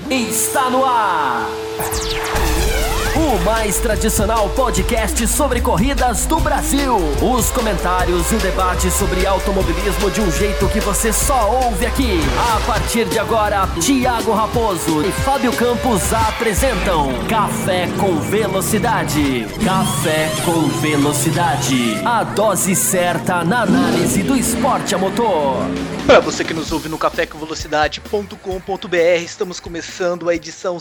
Está no ar! O mais tradicional podcast sobre corridas do Brasil. Os comentários e o debate sobre automobilismo de um jeito que você só ouve aqui. A partir de agora, Thiago Raposo e Fábio Campos apresentam Café com Velocidade. Café com Velocidade. A dose certa na análise do esporte a motor. Para você que nos ouve no cafécomvelocidade.com.br, estamos começando a edição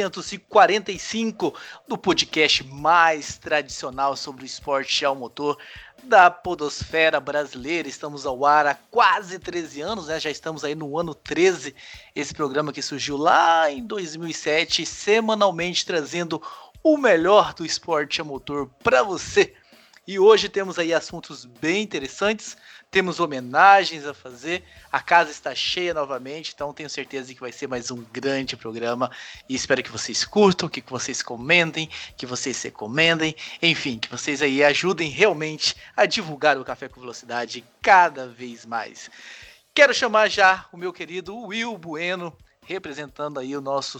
645 do podcast mais tradicional sobre o esporte ao motor da podosfera brasileira. Estamos ao ar há quase 13 anos, né? Já estamos aí no ano 13. Esse programa que surgiu lá em 2007, semanalmente trazendo o melhor do esporte a motor para você. E hoje temos aí assuntos bem interessantes, temos homenagens a fazer, a casa está cheia novamente, então tenho certeza que vai ser mais um grande programa e espero que vocês curtam, que vocês comentem, que vocês recomendem, enfim, que vocês aí ajudem realmente a divulgar o Café com Velocidade cada vez mais. Quero chamar já o meu querido Will Bueno, representando aí o nosso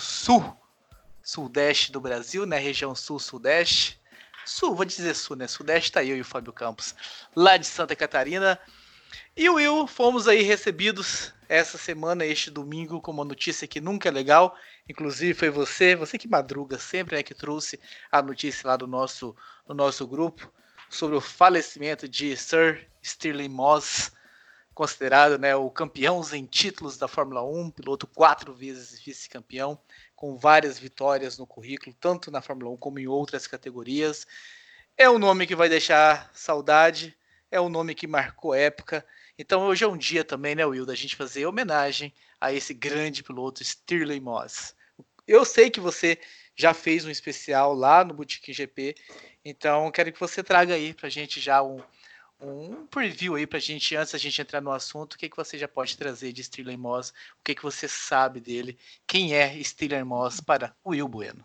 sudeste do Brasil, né, região sul-sudeste. Sul, vou dizer sul, né? Sudeste tá eu e o Fábio Campos, lá de Santa Catarina. E o Will, fomos aí recebidos essa semana, este domingo, com uma notícia que nunca é legal. Inclusive foi você que madruga sempre, né? Que trouxe a notícia lá do nosso grupo sobre o falecimento de Sir Stirling Moss, considerado, né, o campeão em títulos da Fórmula 1, piloto 4 vezes vice-campeão, com várias vitórias no currículo, tanto na Fórmula 1 como em outras categorias. É um nome que vai deixar saudade, é um nome que marcou época. Então hoje é um dia também, né, Will, da gente fazer homenagem a esse grande piloto Stirling Moss. Eu sei que você já fez um especial lá no Botequim GP, então quero que você traga aí pra gente já um preview aí pra gente, antes da gente entrar no assunto, o que você já pode trazer de Stirling Moss, o que você sabe dele, quem é Stirling Moss para o Will Bueno.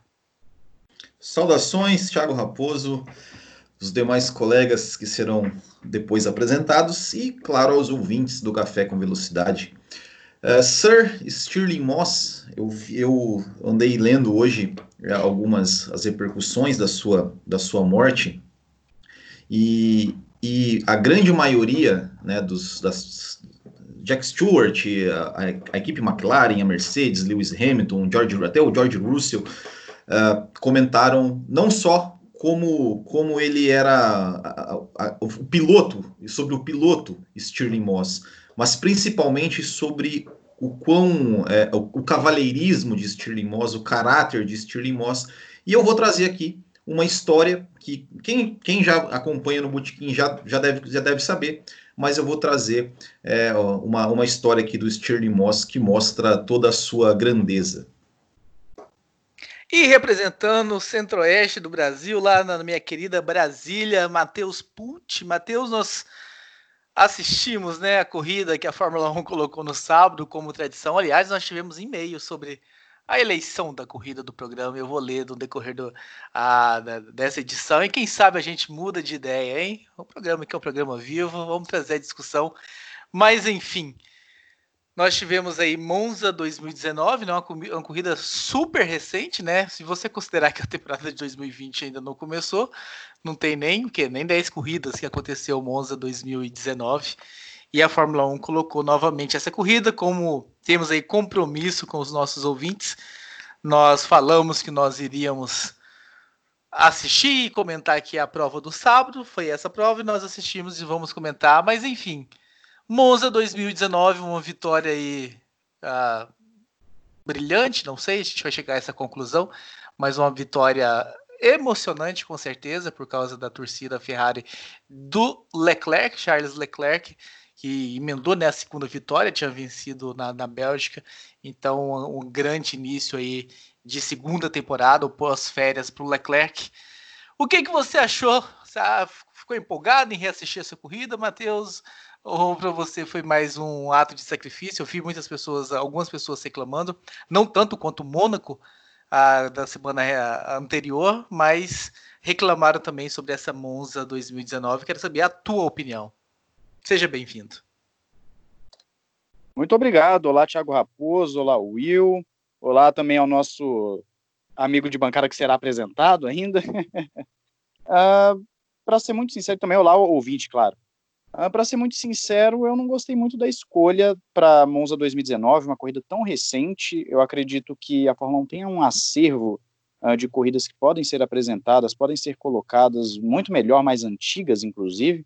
Saudações, Thiago Raposo, os demais colegas que serão depois apresentados e, claro, aos ouvintes do Café com Velocidade. Sir Stirling Moss, eu andei lendo hoje as repercussões da sua morte e a grande maioria, né, Jack Stewart, a equipe McLaren, a Mercedes, Lewis Hamilton, até o George Russell, comentaram não só como ele era o piloto, sobre o piloto Stirling Moss, mas principalmente sobre o cavalheirismo de Stirling Moss, o caráter de Stirling Moss. E eu vou trazer aqui uma história que quem já acompanha no Botequim já deve saber, mas eu vou trazer uma história aqui do Stirling Moss que mostra toda a sua grandeza. E representando o centro-oeste do Brasil, lá na minha querida Brasília, Matheus Pucci. Matheus, nós assistimos, né, a corrida que a Fórmula 1 colocou no sábado como tradição. Aliás, nós tivemos e-mail sobre a eleição da corrida do programa. Eu vou ler no decorrer dessa edição. E quem sabe a gente muda de ideia, hein? O programa que é um programa vivo, vamos trazer a discussão. Mas, enfim, nós tivemos aí Monza 2019, né, uma corrida super recente, né? Se você considerar que a temporada de 2020 ainda não começou, não tem nem 10 corridas que aconteceu Monza 2019. E a Fórmula 1 colocou novamente essa corrida, como temos aí compromisso com os nossos ouvintes. Nós falamos que nós iríamos assistir e comentar aqui a prova do sábado, foi essa prova e nós assistimos e vamos comentar, mas enfim, Monza 2019, uma vitória aí brilhante, não sei, a gente vai chegar a essa conclusão, mas uma vitória emocionante com certeza, por causa da torcida Ferrari do Leclerc, Charles Leclerc, que emendou, né, a segunda vitória, tinha vencido na Bélgica, então um grande início aí de segunda temporada, ou pós-férias para o Leclerc. O que você achou? Você ficou empolgado em reassistir essa corrida, Matheus? Ou para você foi mais um ato de sacrifício? Eu vi algumas pessoas reclamando, não tanto quanto o Mônaco da semana anterior, mas reclamaram também sobre essa Monza 2019. Quero saber a tua opinião. Seja bem-vindo. Muito obrigado. Olá, Thiago Raposo. Olá, Will. Olá também ao nosso amigo de bancada que será apresentado ainda. Para ser muito sincero, também olá ao ouvinte, claro. Para ser muito sincero, eu não gostei muito da escolha para Monza 2019, uma corrida tão recente. Eu acredito que a Fórmula 1 tenha um acervo de corridas que podem ser apresentadas, podem ser colocadas muito melhor, mais antigas, inclusive.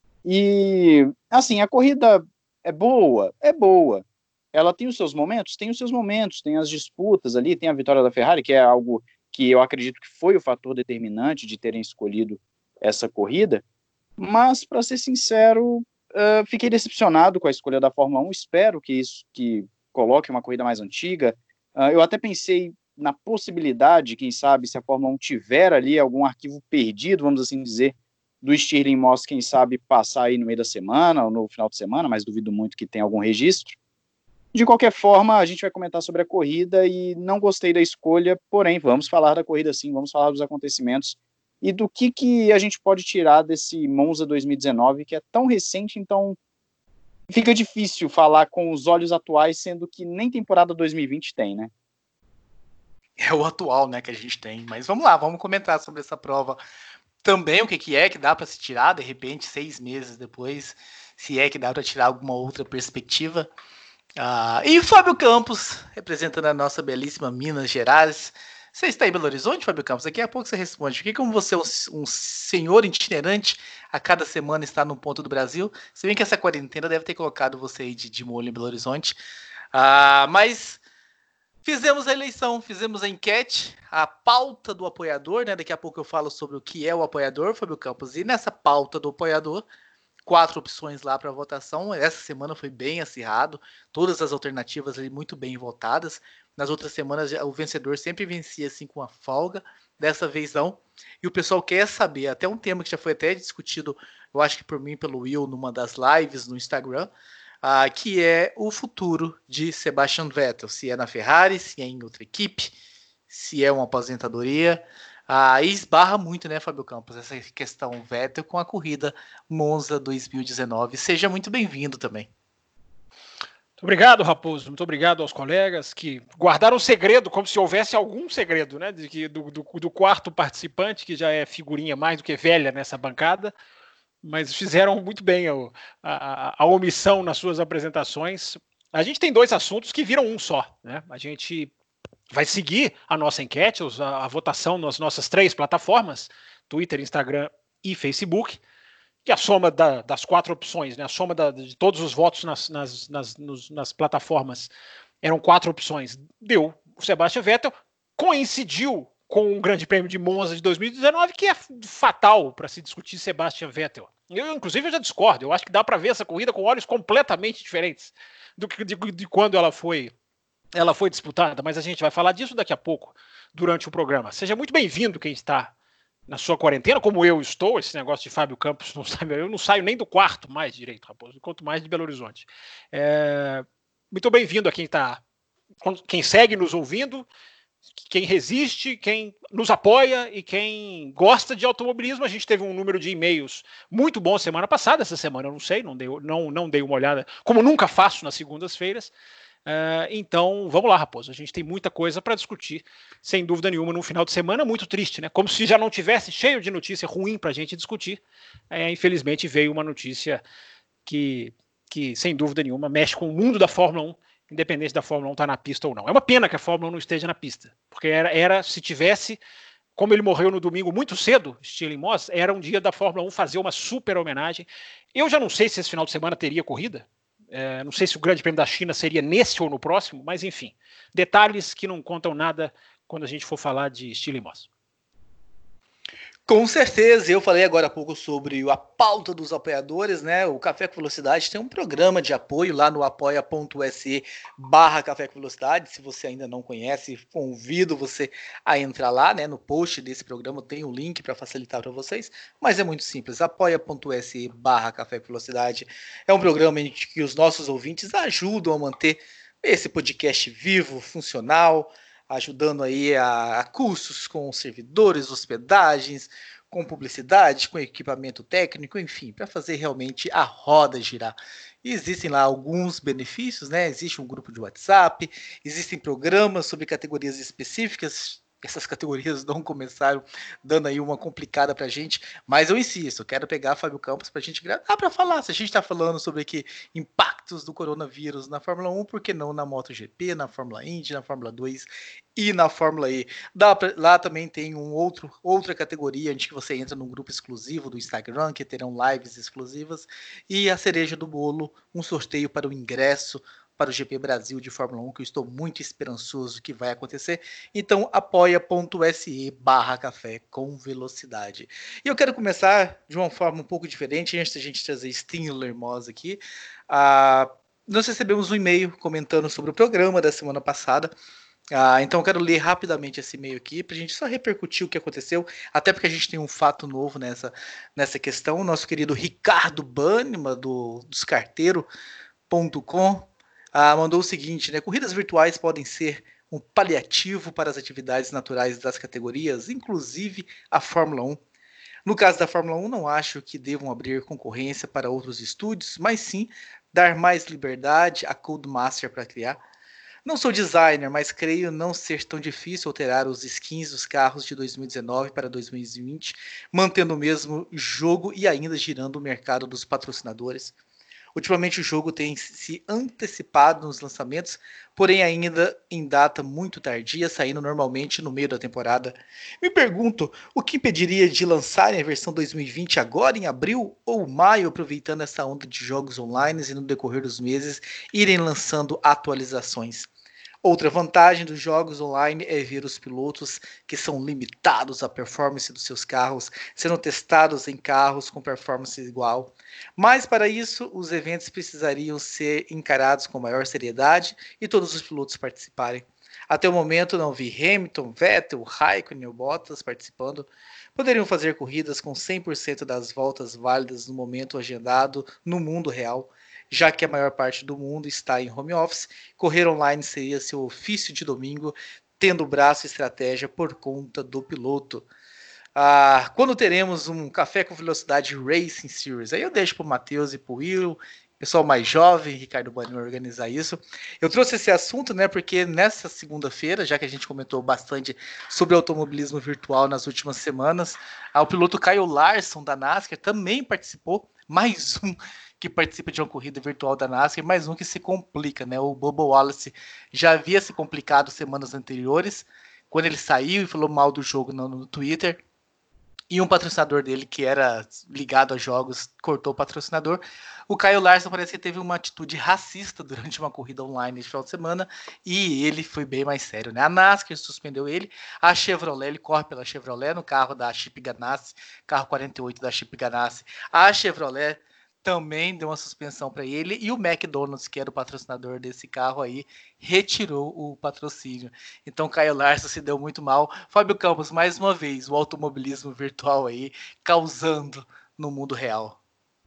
E, assim, a corrida é boa, é boa. Ela tem os seus momentos? Tem os seus momentos, tem as disputas ali, tem a vitória da Ferrari, que é algo que eu acredito que foi o fator determinante de terem escolhido essa corrida. Mas, para ser sincero, fiquei decepcionado com a escolha da Fórmula 1. Espero que coloque uma corrida mais antiga. Eu até pensei na possibilidade, quem sabe, se a Fórmula 1 tiver ali algum arquivo perdido, vamos assim dizer, do Stirling Moss, quem sabe, passar aí no meio da semana ou no final de semana, mas duvido muito que tenha algum registro. De qualquer forma, a gente vai comentar sobre a corrida e não gostei da escolha, porém, vamos falar da corrida sim, vamos falar dos acontecimentos e do que a gente pode tirar desse Monza 2019, que é tão recente, então fica difícil falar com os olhos atuais, sendo que nem temporada 2020 tem, né? É o atual, né, que a gente tem. Mas vamos lá, vamos comentar sobre essa prova também, o que é que dá para se tirar, de repente, 6 meses depois, se é que dá para tirar alguma outra perspectiva. E o Fábio Campos, representando a nossa belíssima Minas Gerais. Você está em Belo Horizonte, Fábio Campos? Daqui a pouco você responde. Porque como você é um senhor itinerante, a cada semana está num ponto do Brasil, se bem que essa quarentena deve ter colocado você aí de molho em Belo Horizonte. Mas fizemos a eleição, fizemos a enquete, a pauta do apoiador, né? Daqui a pouco eu falo sobre o que é o apoiador, Fábio Campos. E nessa pauta do apoiador, 4 opções lá para votação. Essa semana foi bem acirrado, todas as alternativas ali muito bem votadas. Nas outras semanas o vencedor sempre vencia assim com a folga, dessa vez não. E o pessoal quer saber, até um tema que já foi até discutido, eu acho que por mim, pelo Will, numa das lives no Instagram, que é o futuro de Sebastian Vettel, se é na Ferrari, se é em outra equipe, se é uma aposentadoria. E esbarra muito, né, Fábio Campos, essa questão Vettel com a corrida Monza 2019. Seja muito bem-vindo também. Muito obrigado, Raposo. Muito obrigado aos colegas que guardaram o segredo, como se houvesse algum segredo, né? Do quarto participante, que já é figurinha mais do que velha nessa bancada, mas fizeram muito bem a omissão nas suas apresentações. A gente tem 2 assuntos que viram um só, né? A gente vai seguir a nossa enquete, a votação nas nossas 3 plataformas, Twitter, Instagram e Facebook, que é a soma das 4 opções, né? A soma de todos os votos nas plataformas eram 4 opções. Deu o Sebastian Vettel, coincidiu com o Grande Prêmio de Monza de 2019, que é fatal para se discutir Sebastian Vettel. Inclusive, eu já discordo. Eu acho que dá para ver essa corrida com olhos completamente diferentes de quando ela foi disputada, mas a gente vai falar disso daqui a pouco, durante o programa. Seja muito bem-vindo quem está na sua quarentena, como eu estou. Esse negócio de Fábio Campos, eu não saio nem do quarto mais direito, Raposo, quanto mais de Belo Horizonte. Muito bem-vindo a quem segue nos ouvindo, quem resiste, quem nos apoia e quem gosta de automobilismo. A gente teve um número de e-mails muito bom semana passada. Essa semana eu não sei, não dei uma olhada, como nunca faço nas segundas-feiras. Então, vamos lá, Raposo. A gente tem muita coisa para discutir, sem dúvida nenhuma, num final de semana muito triste, né? Como se já não tivesse cheio de notícia ruim para a gente discutir. Infelizmente, veio uma notícia que, sem dúvida nenhuma, mexe com o mundo da Fórmula 1, independente da Fórmula 1 estar na pista ou não. É uma pena que a Fórmula 1 não esteja na pista, porque se tivesse, como ele morreu no domingo muito cedo, Stirling Moss, era um dia da Fórmula 1 fazer uma super homenagem. Eu já não sei se esse final de semana teria corrida. Não sei se o Grande Prêmio da China seria nesse ou no próximo, mas enfim, detalhes que não contam nada quando a gente for falar de Stirling Moss. Com certeza, eu falei agora há pouco sobre a pauta dos apoiadores, né? O Café com Velocidade tem um programa de apoio lá no apoia.se/Café com Velocidade. Se você ainda não conhece, convido você a entrar lá, né? No post desse programa tem o link para facilitar para vocês, mas é muito simples, apoia.se/Café com Velocidade. É um programa em que os nossos ouvintes ajudam a manter esse podcast vivo, funcional, ajudando aí a custos com servidores, hospedagens, com publicidade, com equipamento técnico, enfim, para fazer realmente a roda girar. E existem lá alguns benefícios, né? Existe um grupo de WhatsApp, existem programas sobre categorias específicas. Essas categorias não começaram dando aí uma complicada pra gente, mas eu insisto, eu quero pegar Fábio Campos pra gente gravar pra falar. Se a gente tá falando sobre aqui impactos do coronavírus na Fórmula 1, por que não na MotoGP, na Fórmula Indy, na Fórmula 2 e na Fórmula E? Lá também tem outra categoria onde você entra num grupo exclusivo do Instagram, que terão lives exclusivas, e a cereja do bolo, um sorteio para o ingresso para o GP Brasil de Fórmula 1, que eu estou muito esperançoso que vai acontecer. Então, apoia.se/café com velocidade. E eu quero começar de uma forma um pouco diferente, antes da gente trazer Stinler Moss aqui. Nós recebemos um e-mail comentando sobre o programa da semana passada. Então eu quero ler rapidamente esse e-mail aqui para a gente só repercutir o que aconteceu, até porque a gente tem um fato novo nessa questão. O nosso querido Ricardo Banima, dos carteiro.com, mandou o seguinte, né? Corridas virtuais podem ser um paliativo para as atividades naturais das categorias, inclusive a Fórmula 1. No caso da Fórmula 1, não acho que devam abrir concorrência para outros estúdios, mas sim dar mais liberdade a Codemaster para criar. Não sou designer, mas creio não ser tão difícil alterar os skins dos carros de 2019 para 2020, mantendo o mesmo jogo e ainda girando o mercado dos patrocinadores. Ultimamente o jogo tem se antecipado nos lançamentos, porém ainda em data muito tardia, saindo normalmente no meio da temporada. Me pergunto, o que impediria de lançarem a versão 2020 agora em abril ou maio, aproveitando essa onda de jogos online e no decorrer dos meses irem lançando atualizações? Outra vantagem dos jogos online é ver os pilotos que são limitados à performance dos seus carros sendo testados em carros com performance igual. Mas para isso, os eventos precisariam ser encarados com maior seriedade e todos os pilotos participarem. Até o momento não vi Hamilton, Vettel, Raikkonen ou Bottas participando. Poderiam fazer corridas com 100% das voltas válidas no momento agendado no mundo real. Já que a maior parte do mundo está em home office, correr online seria seu ofício de domingo, tendo braço e estratégia por conta do piloto. Quando teremos um Café com Velocidade Racing Series? Aí eu deixo para o Matheus e para o Will, pessoal mais jovem, Ricardo Banima, organizar isso. Eu trouxe esse assunto, né, porque nessa segunda-feira, já que a gente comentou bastante sobre automobilismo virtual nas últimas semanas, o piloto Kyle Larson da NASCAR também participou, mais um que participa de uma corrida virtual da NASCAR, mais um que se complica, né? O Bubba Wallace já havia se complicado semanas anteriores, quando ele saiu e falou mal do jogo no Twitter, e um patrocinador dele, que era ligado a jogos, cortou o patrocinador. O Kyle Larson parece que teve uma atitude racista durante uma corrida online esse final de semana, e ele foi bem mais sério, né? A NASCAR suspendeu ele, a Chevrolet, ele corre pela Chevrolet no carro da Chip Ganassi, carro 48 da Chip Ganassi. A Chevrolet também deu uma suspensão para ele, e o McDonald's, que era o patrocinador desse carro aí, retirou o patrocínio. Então Kyle Larson se deu muito mal. Fábio Campos, mais uma vez, o automobilismo virtual aí causando no mundo real.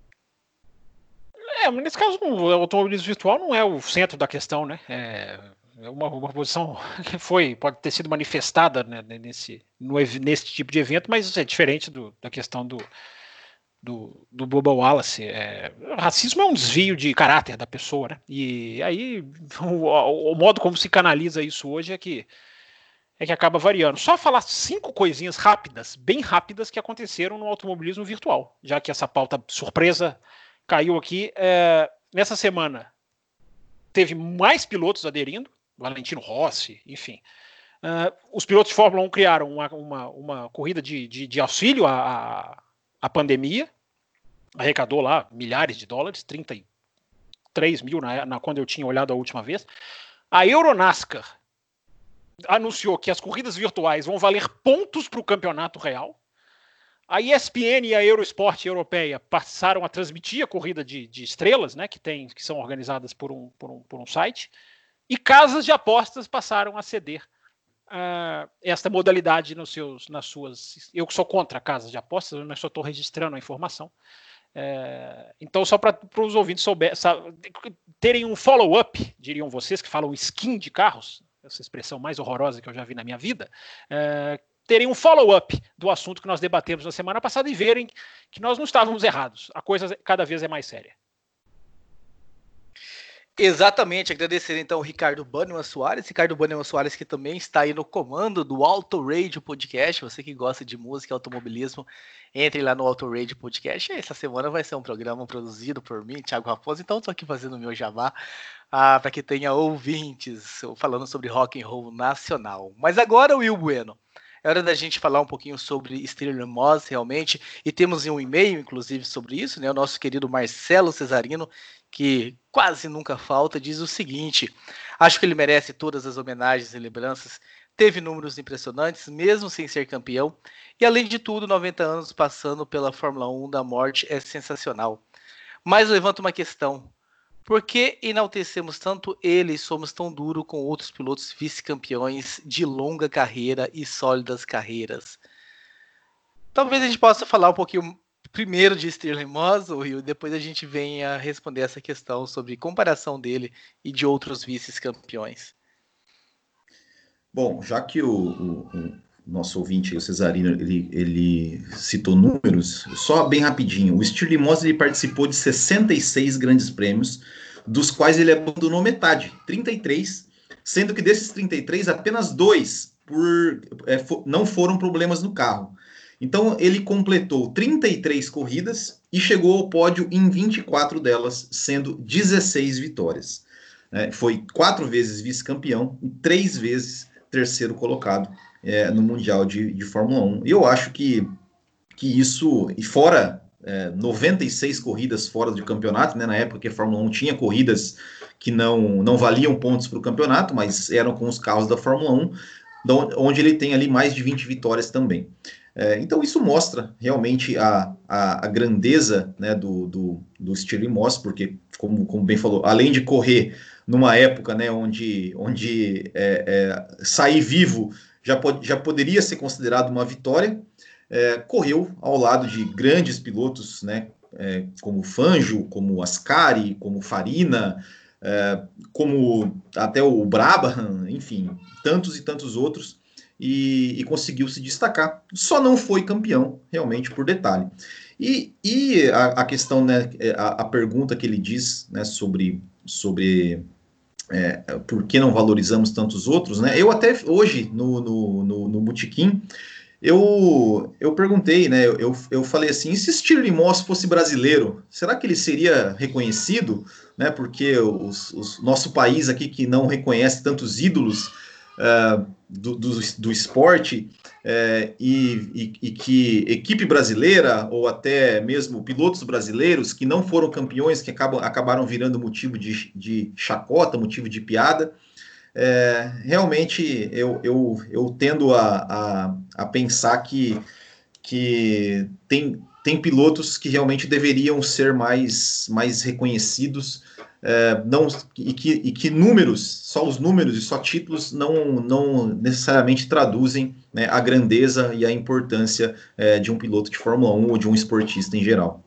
Mas nesse caso, o automobilismo virtual não é o centro da questão, né? É uma posição que pode ter sido manifestada, né, nesse tipo de evento, mas é diferente da questão do Bubba Wallace. Racismo é um desvio de caráter da pessoa, né? E aí o modo como se canaliza isso hoje é que acaba variando. Só falar 5 coisinhas rápidas, bem rápidas, que aconteceram no automobilismo virtual, já que essa pauta surpresa caiu aqui. Nessa semana teve mais pilotos aderindo, Valentino Rossi, enfim. Os pilotos de Fórmula 1 criaram uma corrida de auxílio à pandemia, arrecadou lá milhares de dólares, 33 mil quando eu tinha olhado a última vez. A Euronascar anunciou que as corridas virtuais vão valer pontos para o campeonato real. A ESPN e a Eurosport europeia passaram a transmitir a corrida de estrelas, né, que são organizadas por um site, e casas de apostas passaram a ceder esta modalidade nas suas. Eu que sou contra casas de apostas, eu só estou registrando a informação. Então, só para os ouvintes terem um follow-up, diriam vocês que falam skin de carros, essa expressão mais horrorosa que eu já vi na minha vida, terem um follow-up do assunto que nós debatemos na semana passada e verem que nós não estávamos errados. A coisa cada vez é mais séria. Exatamente, agradecer então o Ricardo Bannerman Soares, que também está aí no comando do Auto Radio Podcast. Você que gosta de música e automobilismo, entre lá no Auto Radio Podcast. Essa semana vai ser um programa produzido por mim, Thiago Raposo, então estou aqui fazendo o meu jabá para que tenha ouvintes falando sobre rock and roll nacional. Mas agora, Will Bueno, é hora da gente falar um pouquinho sobre Stirling Moss, realmente, e temos um e-mail, inclusive, sobre isso, né? O nosso querido Marcelo Cesarino, que quase nunca falta, diz o seguinte: acho que ele merece todas as homenagens e lembranças, teve números impressionantes, mesmo sem ser campeão, e além de tudo, 90 anos passando pela Fórmula 1 da morte é sensacional. Mas levanta uma questão: por que enaltecemos tanto ele e somos tão duros com outros pilotos vice-campeões de longa carreira e sólidas carreiras? Talvez a gente possa falar um pouquinho primeiro de Stirling Moss, e depois a gente venha responder essa questão sobre comparação dele e de outros vice-campeões. Bom, já que o nosso ouvinte, o Cesarino, ele citou números, só bem rapidinho. O Stirling Moss ele participou de 66 grandes prêmios, dos quais ele abandonou metade, 33, sendo que desses 33, apenas 2 não foram problemas no carro. Então, ele completou 33 corridas e chegou ao pódio em 24 delas, sendo 16 vitórias. Foi 4 vezes vice-campeão e 3 vezes terceiro colocado no Mundial de Fórmula 1. E eu acho que isso, e fora 96 corridas fora do campeonato, né, na época que a Fórmula 1 tinha corridas que não valiam pontos para o campeonato, mas eram com os carros da Fórmula 1, onde ele tem ali mais de 20 vitórias também. Então isso mostra realmente a grandeza, né, do Stirling Moss, porque, como bem falou, além de correr numa época, né, onde sair vivo já poderia ser considerado uma vitória, correu ao lado de grandes pilotos, né, como Fangio, como Ascari, como Farina, como até o Brabham, enfim, tantos e tantos outros, e conseguiu se destacar. Só não foi campeão, realmente, por detalhe. E a questão, né, a pergunta que ele diz, né, sobre por que não valorizamos tantos outros, né? Eu até hoje, no Botequim, eu perguntei, né, eu falei assim, e se Stirling Moss fosse brasileiro, será que ele seria reconhecido? Né, porque o nosso país aqui, que não reconhece tantos ídolos do esporte, e que equipe brasileira, ou até mesmo pilotos brasileiros que não foram campeões, que acabaram virando motivo de chacota, motivo de piada, realmente eu tendo a pensar que tem pilotos que realmente deveriam ser mais reconhecidos, e que números, só os números e só títulos não necessariamente traduzem, né, a grandeza e a importância de um piloto de Fórmula 1 ou de um esportista em geral.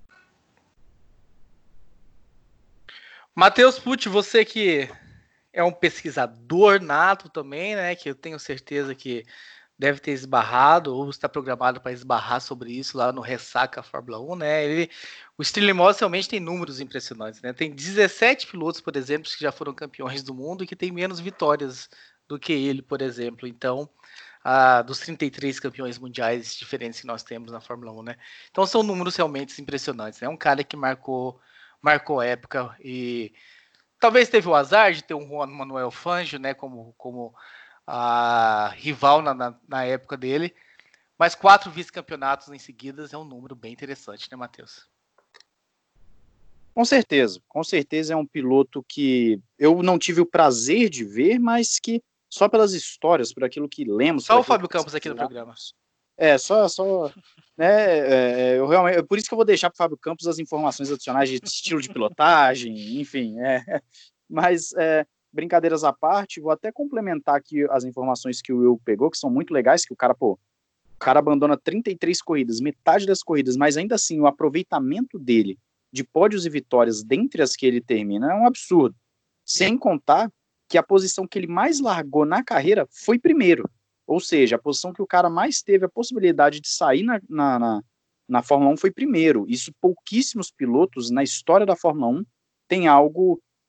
Matheus Pucci, você que é um pesquisador nato também, né, que eu tenho certeza que deve ter esbarrado ou está programado para esbarrar sobre isso lá no Ressaca Fórmula 1, né? O Stirling Moss realmente tem números impressionantes, né? Tem 17 pilotos, por exemplo, que já foram campeões do mundo e que tem menos vitórias do que ele, por exemplo. Então, dos 33 campeões mundiais diferentes que nós temos na Fórmula 1, né? Então, são números realmente impressionantes, né? É um cara que marcou a época e talvez teve o azar de ter um Juan Manuel Fangio, né, como a rival na época dele, mas 4 vice-campeonatos em seguidas é um número bem interessante, né, Matheus? Com certeza é um piloto que eu não tive o prazer de ver, mas que só pelas histórias, por aquilo que lemos... Só o Fábio Campos aqui no programa. Só né, eu realmente, por isso que eu vou deixar para o Fábio Campos as informações adicionais de estilo de pilotagem, enfim, mas brincadeiras à parte, vou até complementar aqui as informações que o Will pegou, que são muito legais, que o cara abandona 33 corridas, metade das corridas, mas ainda assim o aproveitamento dele de pódios e vitórias dentre as que ele termina é um absurdo, sem contar que a posição que ele mais largou na carreira foi primeiro, ou seja, a posição que o cara mais teve a possibilidade de sair na Fórmula 1 foi primeiro. Isso pouquíssimos pilotos na história da Fórmula 1 têm algo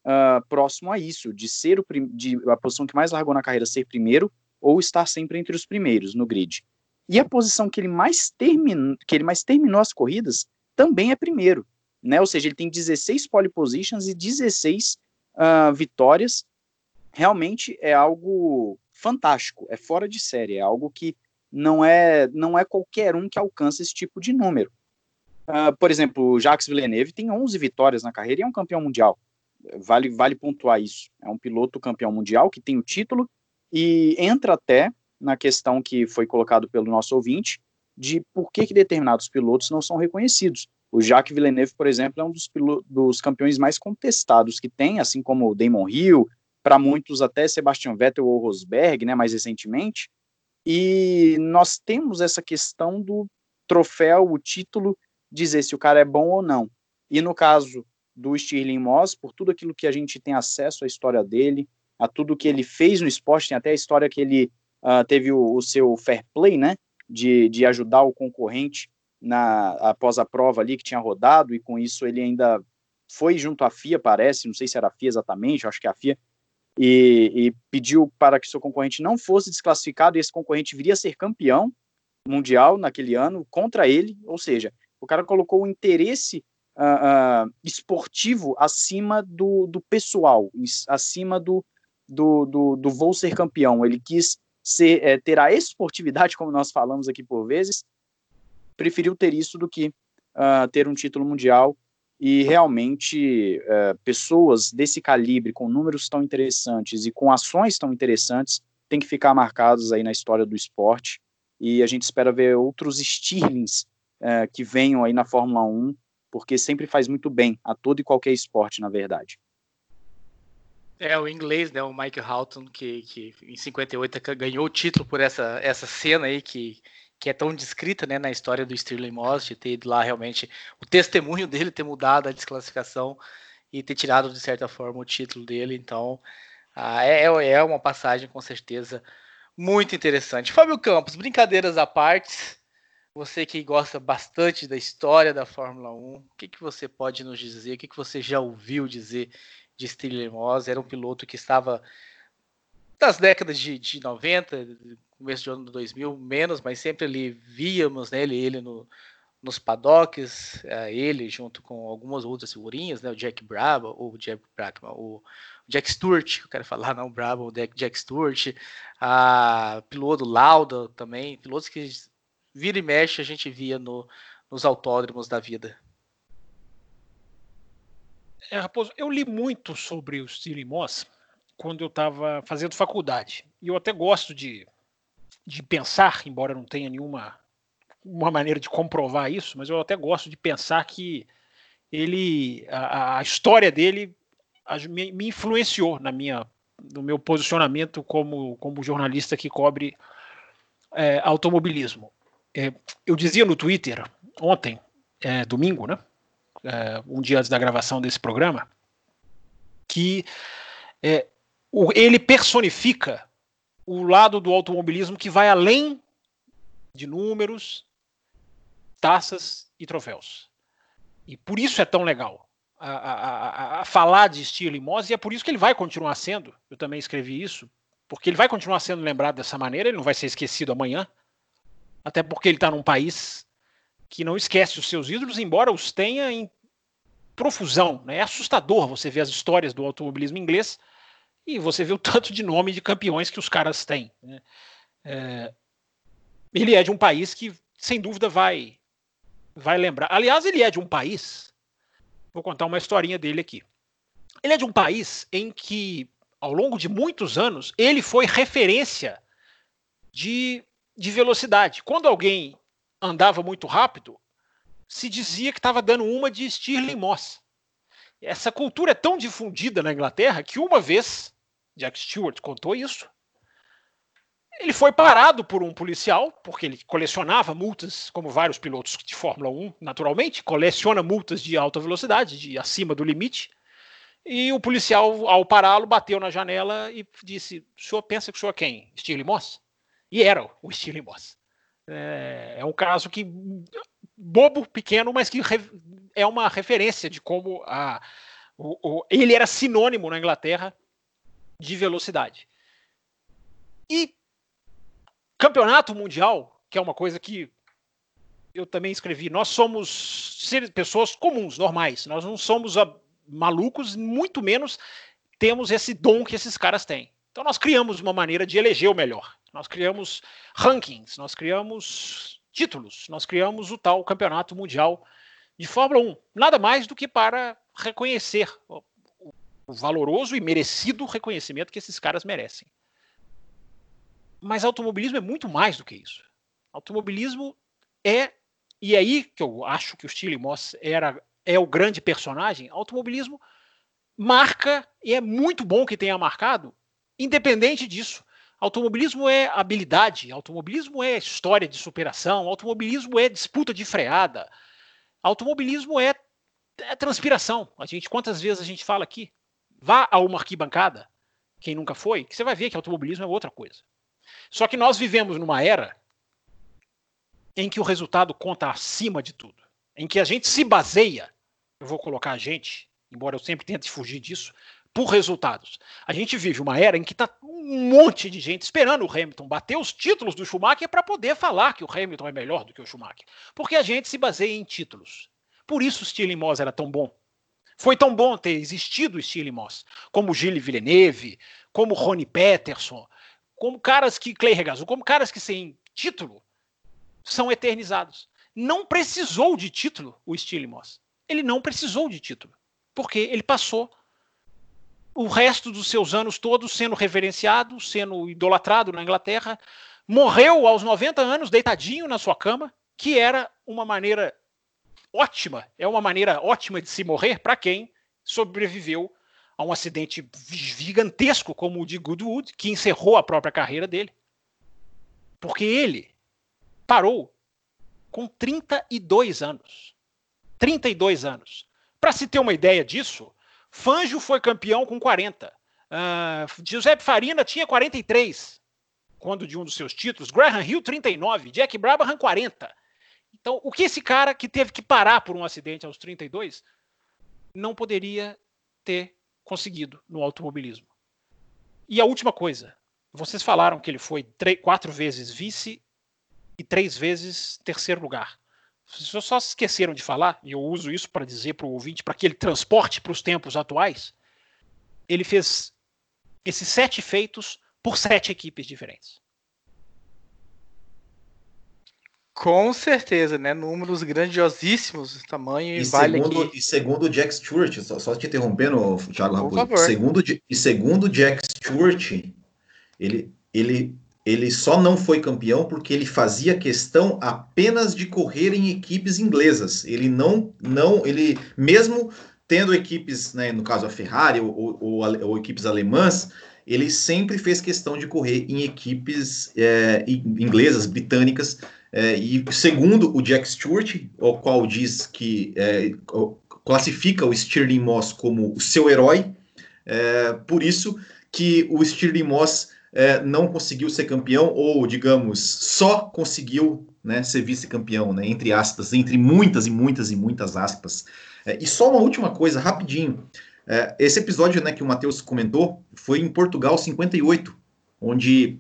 próximo a isso, de ser a posição que mais largou na carreira ser primeiro ou estar sempre entre os primeiros no grid. E a posição que ele mais terminou as corridas também é primeiro, né? Ou seja, ele tem 16 pole positions e 16 vitórias. Realmente é algo fantástico, é fora de série, é algo que não é qualquer um que alcança esse tipo de número. Por exemplo, o Jacques Villeneuve tem 11 vitórias na carreira e é um campeão mundial. Vale pontuar isso. É um piloto campeão mundial que tem o título e entra até na questão que foi colocado pelo nosso ouvinte de por que determinados pilotos não são reconhecidos. O Jacques Villeneuve, por exemplo, é um dos campeões mais contestados que tem, assim como o Damon Hill, para muitos até Sebastian Vettel ou Rosberg, né, mais recentemente. E nós temos essa questão do troféu, o título, dizer se o cara é bom ou não. E no caso do Stirling Moss, por tudo aquilo que a gente tem acesso à história dele, a tudo que ele fez no esporte, tem até a história que ele teve o seu fair play, né, de ajudar o concorrente após a prova ali que tinha rodado, e com isso ele ainda foi junto à FIA, parece, não sei se era a FIA exatamente, acho que é a FIA, e pediu para que seu concorrente não fosse desclassificado, e esse concorrente viria a ser campeão mundial naquele ano contra ele, ou seja, o cara colocou o interesse esportivo acima do pessoal, acima do vou ser campeão. Ele quis ter a esportividade, como nós falamos aqui por vezes, preferiu ter isso do que ter um título mundial. E realmente pessoas desse calibre, com números tão interessantes e com ações tão interessantes, tem que ficar marcados aí na história do esporte, e a gente espera ver outros Stirlings que venham aí na Fórmula 1, porque sempre faz muito bem a todo e qualquer esporte, na verdade. O inglês, né, o Mike Houghton, que em 58 ganhou o título por essa cena aí que é tão descrita, né, na história do Stirling Moss, de ter ido lá realmente, o testemunho dele ter mudado a desclassificação e ter tirado, de certa forma, o título dele. Então, é uma passagem, com certeza, muito interessante. Fábio Campos, brincadeiras à parte, você que gosta bastante da história da Fórmula 1, o que você pode nos dizer, o que você já ouviu dizer de Stirling Moss? Era um piloto que estava das décadas de 90, começo de ano de 2000, menos, mas sempre ali víamos, né, ele nos paddocks, ele junto com algumas outras figurinhas, né, o Jack Brabham, ou o Jack Brabham, o Jack Stewart, eu quero falar, não o Brabham, o Jack Stewart, piloto Lauda também, pilotos que vira e mexe a gente via nos autódromos da vida. Raposo, eu li muito sobre o Stirling Moss quando eu estava fazendo faculdade. E eu até gosto de pensar, embora não tenha nenhuma maneira de comprovar isso, mas eu até gosto de pensar que a história dele me influenciou no meu posicionamento como jornalista que cobre automobilismo. Eu dizia no Twitter ontem, domingo, né? Um dia antes da gravação desse programa, que ele personifica o lado do automobilismo que vai além de números, taças e troféus. E por isso é tão legal a falar de Stirling Moss, e é por isso que ele vai continuar sendo, eu também escrevi isso, porque ele vai continuar sendo lembrado dessa maneira, ele não vai ser esquecido amanhã, até porque ele está num país que não esquece os seus ídolos, embora os tenha em profusão, né? É assustador você ver as histórias do automobilismo inglês e você vê o tanto de nome de campeões que os caras têm, né? Ele é de um país que, sem dúvida, vai lembrar. Aliás, ele é de um país, vou contar uma historinha dele aqui. Ele é de um país em que, ao longo de muitos anos, ele foi referência de velocidade. Quando alguém andava muito rápido, se dizia que estava dando uma de Stirling Moss. Essa cultura é tão difundida na Inglaterra que uma vez, Jack Stewart contou isso, ele foi parado por um policial, porque ele colecionava multas, como vários pilotos de Fórmula 1, naturalmente, coleciona multas de alta velocidade, de acima do limite, e o policial, ao pará-lo, bateu na janela e disse: o senhor pensa que o senhor é quem? Stirling Moss? E era o Stirling Moss. É um caso bobo, pequeno, mas que é uma referência de como Ele era sinônimo na Inglaterra de velocidade. E campeonato mundial, que é uma coisa que eu também escrevi, nós somos pessoas comuns, normais, nós não somos malucos, muito menos temos esse dom que esses caras têm. Então nós criamos uma maneira de eleger o melhor, nós criamos rankings, nós criamos títulos, nós criamos o tal campeonato mundial de Fórmula 1, nada mais do que para reconhecer o valoroso e merecido reconhecimento que esses caras merecem. Mas automobilismo é muito mais do que isso. Automobilismo e aí que eu acho que o Stirling Moss é o grande personagem, automobilismo marca, e é muito bom que tenha marcado, independente disso. Automobilismo é habilidade, automobilismo é história de superação, automobilismo é disputa de freada, automobilismo é transpiração. Quantas vezes a gente fala aqui? Vá a uma arquibancada, quem nunca foi, que você vai ver que automobilismo é outra coisa. Só que nós vivemos numa era em que o resultado conta acima de tudo, em que a gente se baseia, eu vou colocar a gente, embora eu sempre tente fugir disso, por resultados. A gente vive uma era em que está um monte de gente esperando o Hamilton bater os títulos do Schumacher para poder falar que o Hamilton é melhor do que o Schumacher, porque a gente se baseia em títulos. Por isso o Stirling Moss era tão bom. Foi tão bom ter existido o Stirling Moss, como Gilles Villeneuve, como Ronnie Peterson, como caras que Clay Regazzon, como caras que sem título são eternizados. Não precisou de título o Stirling Moss. Ele não precisou de título, porque ele passou o resto dos seus anos todos sendo reverenciado, sendo idolatrado na Inglaterra, morreu aos 90 anos deitadinho na sua cama, que era uma maneira ótima, é uma maneira ótima de se morrer para quem sobreviveu a um acidente gigantesco como o de Goodwood, que encerrou a própria carreira dele. Porque ele parou com 32 anos. 32 anos. Para se ter uma ideia disso, Fangio foi campeão com 40. Giuseppe Farina tinha 43, quando de um dos seus títulos. Graham Hill, 39. Jack Brabham, 40. Então, o que esse cara que teve que parar por um acidente aos 32 não poderia ter conseguido no automobilismo? E a última coisa, vocês falaram que ele foi 4 vezes vice e 3 vezes terceiro lugar. Vocês só se esqueceram de falar, e eu uso isso para dizer para o ouvinte, para que ele transporte para os tempos atuais, ele fez esses 7 feitos por 7 equipes diferentes. Com certeza, né? Números grandiosíssimos, tamanho e vale segundo, aqui. E segundo o Jack Stewart, só te interrompendo, Thiago Raposo, favor. Segundo o Jack Stewart, ele só não foi campeão porque ele fazia questão apenas de correr em equipes inglesas. Ele ele mesmo tendo equipes, né, no caso a Ferrari ou equipes alemãs, ele sempre fez questão de correr em equipes inglesas, britânicas. E segundo o Jack Stewart, o qual diz que classifica o Stirling Moss como o seu herói, por isso que o Stirling Moss não conseguiu ser campeão, ou digamos, só conseguiu, né, ser vice-campeão, né, entre aspas, entre muitas e muitas e muitas aspas. E só uma última coisa, rapidinho. Esse episódio, né, que o Matheus comentou foi em Portugal 58, onde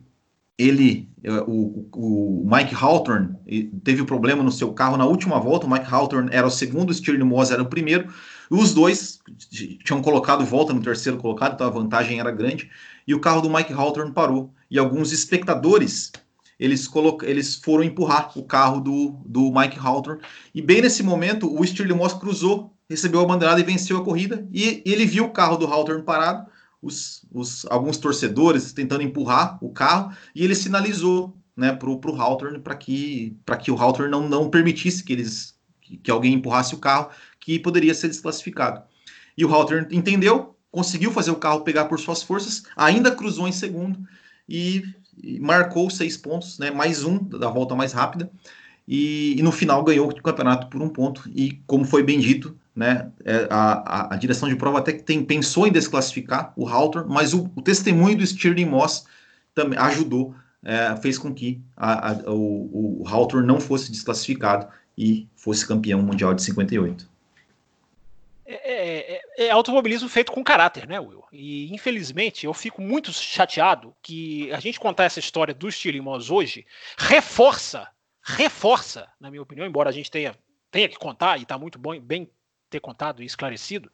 o Mike Hawthorne teve um problema no seu carro na última volta. O Mike Hawthorne era o segundo, o Stirling Moss era o primeiro. Os dois tinham colocado volta no terceiro colocado, então a vantagem era grande. E o carro do Mike Hawthorne parou. E alguns espectadores, eles foram empurrar o carro do Mike Hawthorne. E bem nesse momento, o Stirling Moss cruzou, recebeu a bandeirada e venceu a corrida. E ele viu o carro do Hawthorne parado, alguns torcedores tentando empurrar o carro, e ele sinalizou, né, para o Hawthorne para que o Hawthorne não permitisse que alguém empurrasse o carro, que poderia ser desclassificado. E o Hawthorne entendeu, conseguiu fazer o carro pegar por suas forças, ainda cruzou em segundo e marcou 6 pontos, né, mais um da volta mais rápida, e no final ganhou o campeonato por 1 ponto. E como foi bem dito, né, a direção de prova até que pensou em desclassificar o Hawthorne, mas o testemunho do Stirling Moss também ajudou, fez com que o Hawthorne não fosse desclassificado e fosse campeão mundial de 58. É automobilismo feito com caráter, né, Will? E, infelizmente, eu fico muito chateado que a gente contar essa história do Stirling Moss hoje reforça, na minha opinião, embora a gente tenha que contar, e está muito bem ter contado e esclarecido.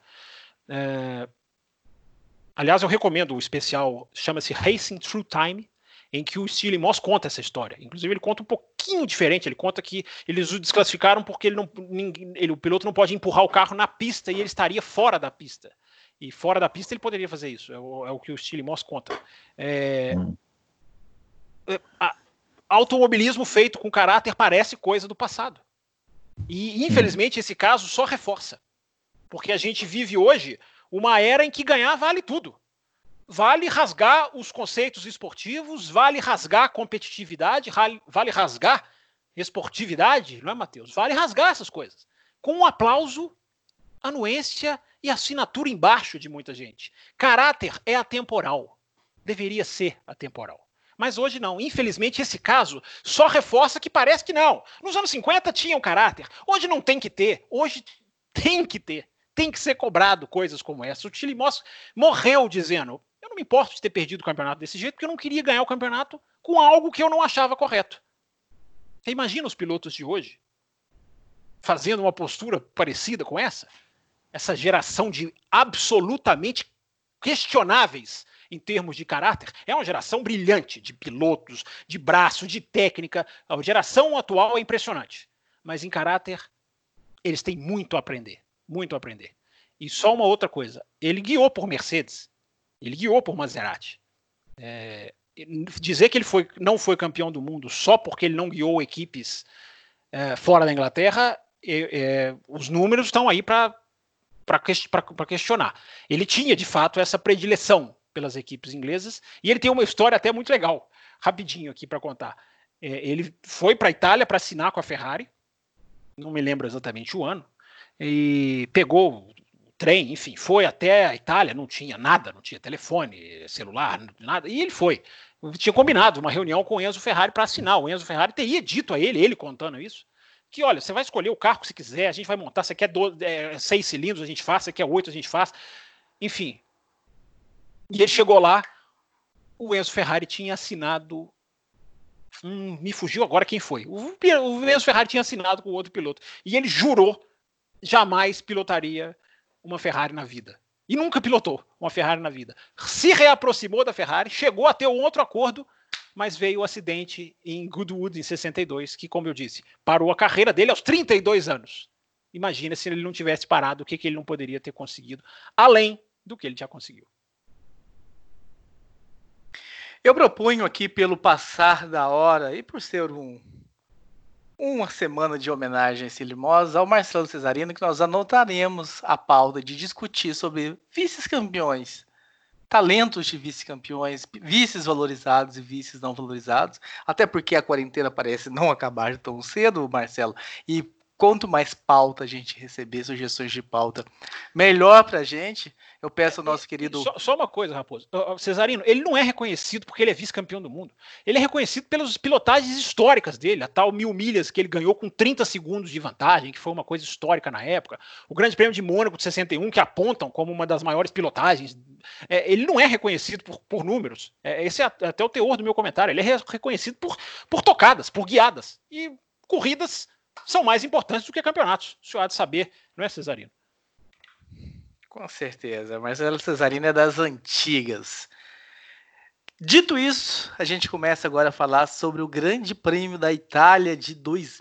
Aliás, eu recomendo o especial, chama-se Racing Through Time, em que o Stirling Moss conta essa história. Inclusive, ele conta um pouquinho diferente. Ele conta que eles o desclassificaram porque o piloto não pode empurrar o carro na pista e ele estaria fora da pista. E fora da pista ele poderia fazer isso. É o que o Stirling Moss conta. Automobilismo feito com caráter parece coisa do passado. E, infelizmente, esse caso só reforça. Porque a gente vive hoje uma era em que ganhar vale tudo. Vale rasgar os conceitos esportivos, vale rasgar a competitividade, vale rasgar esportividade, não é, Matheus? Vale rasgar essas coisas. Com um aplauso, anuência e assinatura embaixo de muita gente. Caráter é atemporal. Deveria ser atemporal. Mas hoje não. Infelizmente, esse caso só reforça que parece que não. Nos anos 50 tinham caráter. Hoje não tem que ter. Hoje tem que ter. Tem que ser cobrado coisas como essa. O Stirling Moss morreu dizendo: eu não me importo de ter perdido o campeonato desse jeito, porque eu não queria ganhar o campeonato com algo que eu não achava correto. Você imagina os pilotos de hoje fazendo uma postura parecida com essa? Essa geração de absolutamente questionáveis em termos de caráter. É uma geração brilhante de pilotos, de braço, de técnica. A geração atual é impressionante. Mas em caráter, eles têm muito a aprender. Muito a aprender. E só uma outra coisa. Ele guiou por Mercedes. Ele guiou por Maserati. Dizer que ele não foi campeão do mundo só porque ele não guiou equipes fora da Inglaterra, os números estão aí para questionar. Ele tinha, de fato, essa predileção pelas equipes inglesas, e ele tem uma história até muito legal, rapidinho aqui para contar. Ele foi para a Itália para assinar com a Ferrari, não me lembro exatamente o ano, e pegou trem, enfim, foi até a Itália, não tinha nada, não tinha telefone, celular, nada, e ele foi. Tinha combinado uma reunião com o Enzo Ferrari para assinar. O Enzo Ferrari teria dito a ele contando isso, que olha, você vai escolher o carro que você quiser, a gente vai montar, você quer 6 cilindros, a gente faz, você quer 8, a gente faz, enfim. E ele chegou lá, o Enzo Ferrari tinha assinado, me fugiu agora quem foi, o Enzo Ferrari tinha assinado com o outro piloto, e ele jurou jamais pilotaria uma Ferrari na vida. E nunca pilotou uma Ferrari na vida. Se reaproximou da Ferrari, chegou a ter um outro acordo, mas veio o acidente em Goodwood, em 62, que, como eu disse, parou a carreira dele aos 32 anos. Imagina se ele não tivesse parado, o que ele não poderia ter conseguido, além do que ele já conseguiu. Eu proponho aqui, pelo passar da hora e por ser uma semana de homenagem a Stirling Moss, ao Marcelo Cesarino, que nós anotaremos a pauta de discutir sobre vice-campeões, talentos de vice-campeões, vices valorizados e vices não valorizados, até porque a quarentena parece não acabar tão cedo, Marcelo, e quanto mais pauta a gente receber, sugestões de pauta, melhor pra gente. Eu peço ao nosso querido... Só uma coisa, Raposo. Cesarino, ele não é reconhecido porque ele é vice-campeão do mundo. Ele é reconhecido pelas pilotagens históricas dele, a tal 1000 milhas que ele ganhou com 30 segundos de vantagem, que foi uma coisa histórica na época. O Grande Prêmio de Mônaco de 61, que apontam como uma das maiores pilotagens. Ele não é reconhecido por números. Esse é até o teor do meu comentário. Ele é reconhecido por tocadas, por guiadas. E corridas são mais importantes do que campeonatos. O senhor há de saber, não é, Cesarino? Com certeza. Marcelo Cesarino é das antigas. Dito isso, a gente começa agora a falar sobre o Grande Prêmio da Itália de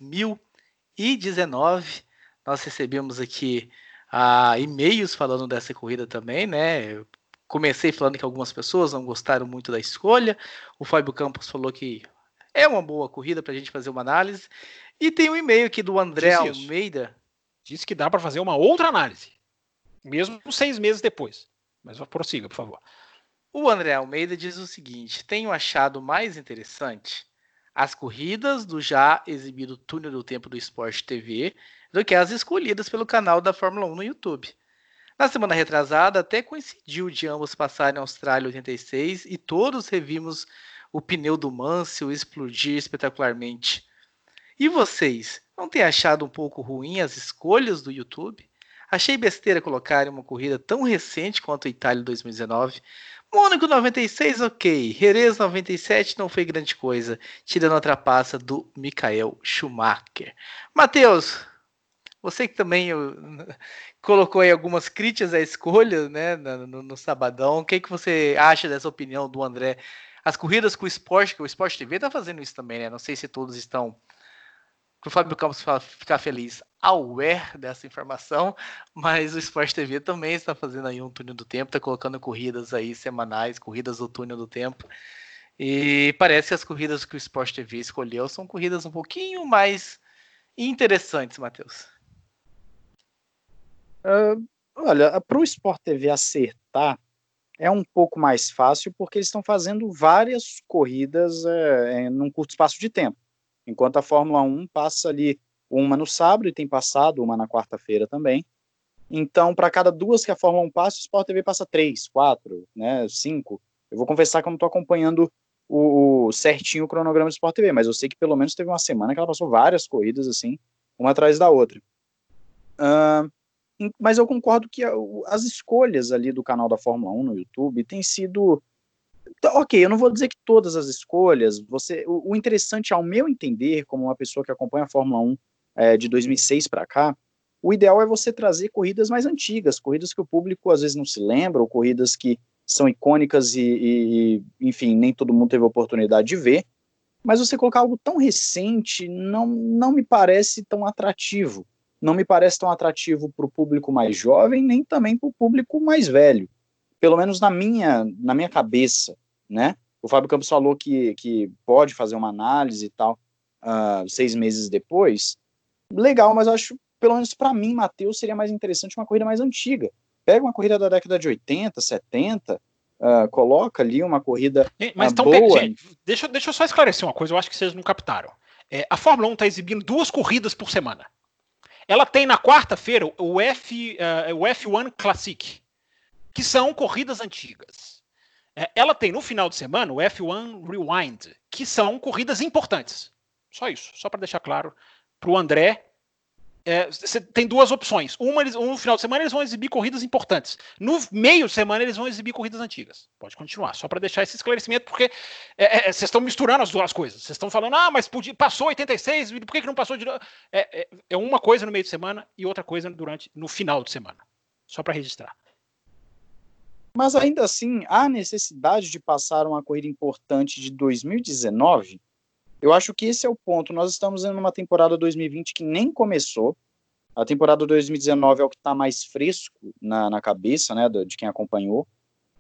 2019. Nós recebemos aqui e-mails falando dessa corrida também, né? Eu comecei falando que algumas pessoas não gostaram muito da escolha. O Fábio Campos falou que é uma boa corrida para a gente fazer uma análise. E tem um e-mail aqui do André Almeida. Disse que dá para fazer uma outra análise, mesmo 6 meses depois. Mas prossiga, por favor. O André Almeida diz o seguinte: tenho achado mais interessante as corridas do já exibido Túnel do Tempo do Sport TV do que as escolhidas pelo canal da Fórmula 1 no YouTube. Na semana retrasada, até coincidiu de ambos passarem a Austrália 86 e todos revimos o pneu do Mansell explodir espetacularmente. E vocês, não têm achado um pouco ruim as escolhas do YouTube? Achei besteira colocarem uma corrida tão recente quanto a Itália 2019. Mônaco 96, ok. Jerez 97 não foi grande coisa, tirando a trapaça do Michael Schumacher. Matheus, você que também colocou aí algumas críticas à escolha, né, no sabadão, o que você acha dessa opinião do André? As corridas com o esporte, que o Sport TV tá fazendo isso também, né? Não sei se todos estão, para o Fábio Campos ficar feliz, aware dessa informação, mas o Sport TV também está fazendo aí um túnel do tempo, está colocando corridas aí semanais, corridas do túnel do tempo, e parece que as corridas que o Sport TV escolheu são corridas um pouquinho mais interessantes, Matheus. Olha, para o Sport TV acertar é um pouco mais fácil porque eles estão fazendo várias corridas num curto espaço de tempo. Enquanto a Fórmula 1 passa ali uma no sábado e tem passado uma na quarta-feira também. Então, para cada duas que a Fórmula 1 passa, o Sport TV passa 3, 4, né, 5. Eu vou confessar que eu não estou acompanhando certinho o cronograma do Sport TV, mas eu sei que pelo menos teve uma semana que ela passou várias corridas assim, uma atrás da outra. Mas eu concordo que as escolhas ali do canal da Fórmula 1 no YouTube têm sido... Ok, eu não vou dizer que todas as escolhas, o interessante, ao meu entender, como uma pessoa que acompanha a Fórmula 1 de 2006 para cá, o ideal é você trazer corridas mais antigas, corridas que o público às vezes não se lembra, ou corridas que são icônicas e enfim, nem todo mundo teve a oportunidade de ver, mas você colocar algo tão recente não me parece tão atrativo. Não me parece tão atrativo para o público mais jovem, nem também para o público mais velho. Pelo menos na minha cabeça, né? O Fábio Campos falou que pode fazer uma análise e tal 6 meses depois. Legal, mas eu acho, pelo menos para mim, Matheus, seria mais interessante uma corrida mais antiga. Pega uma corrida da década de 80, 70, coloca ali uma corrida mas então, boa. Gente, deixa eu só esclarecer uma coisa, eu acho que vocês não captaram. A Fórmula 1 está exibindo 2 corridas por semana. Ela tem na quarta-feira o F1 Classic, que são corridas antigas. Ela tem no final de semana o F1 Rewind, que são corridas importantes. Só isso, só para deixar claro para o André. Você tem 2 opções. No final de semana eles vão exibir corridas importantes. No meio de semana eles vão exibir corridas antigas. Pode continuar, só para deixar esse esclarecimento, porque vocês estão misturando as duas coisas. Vocês estão falando, mas passou 86, por que não passou de novo? É uma coisa no meio de semana e outra coisa no final de semana. Só para registrar. Mas ainda assim, há necessidade de passar uma corrida importante de 2019? Eu acho que esse é o ponto. Nós estamos em uma temporada 2020 que nem começou. A temporada 2019 é o que está mais fresco na cabeça, né, de quem acompanhou.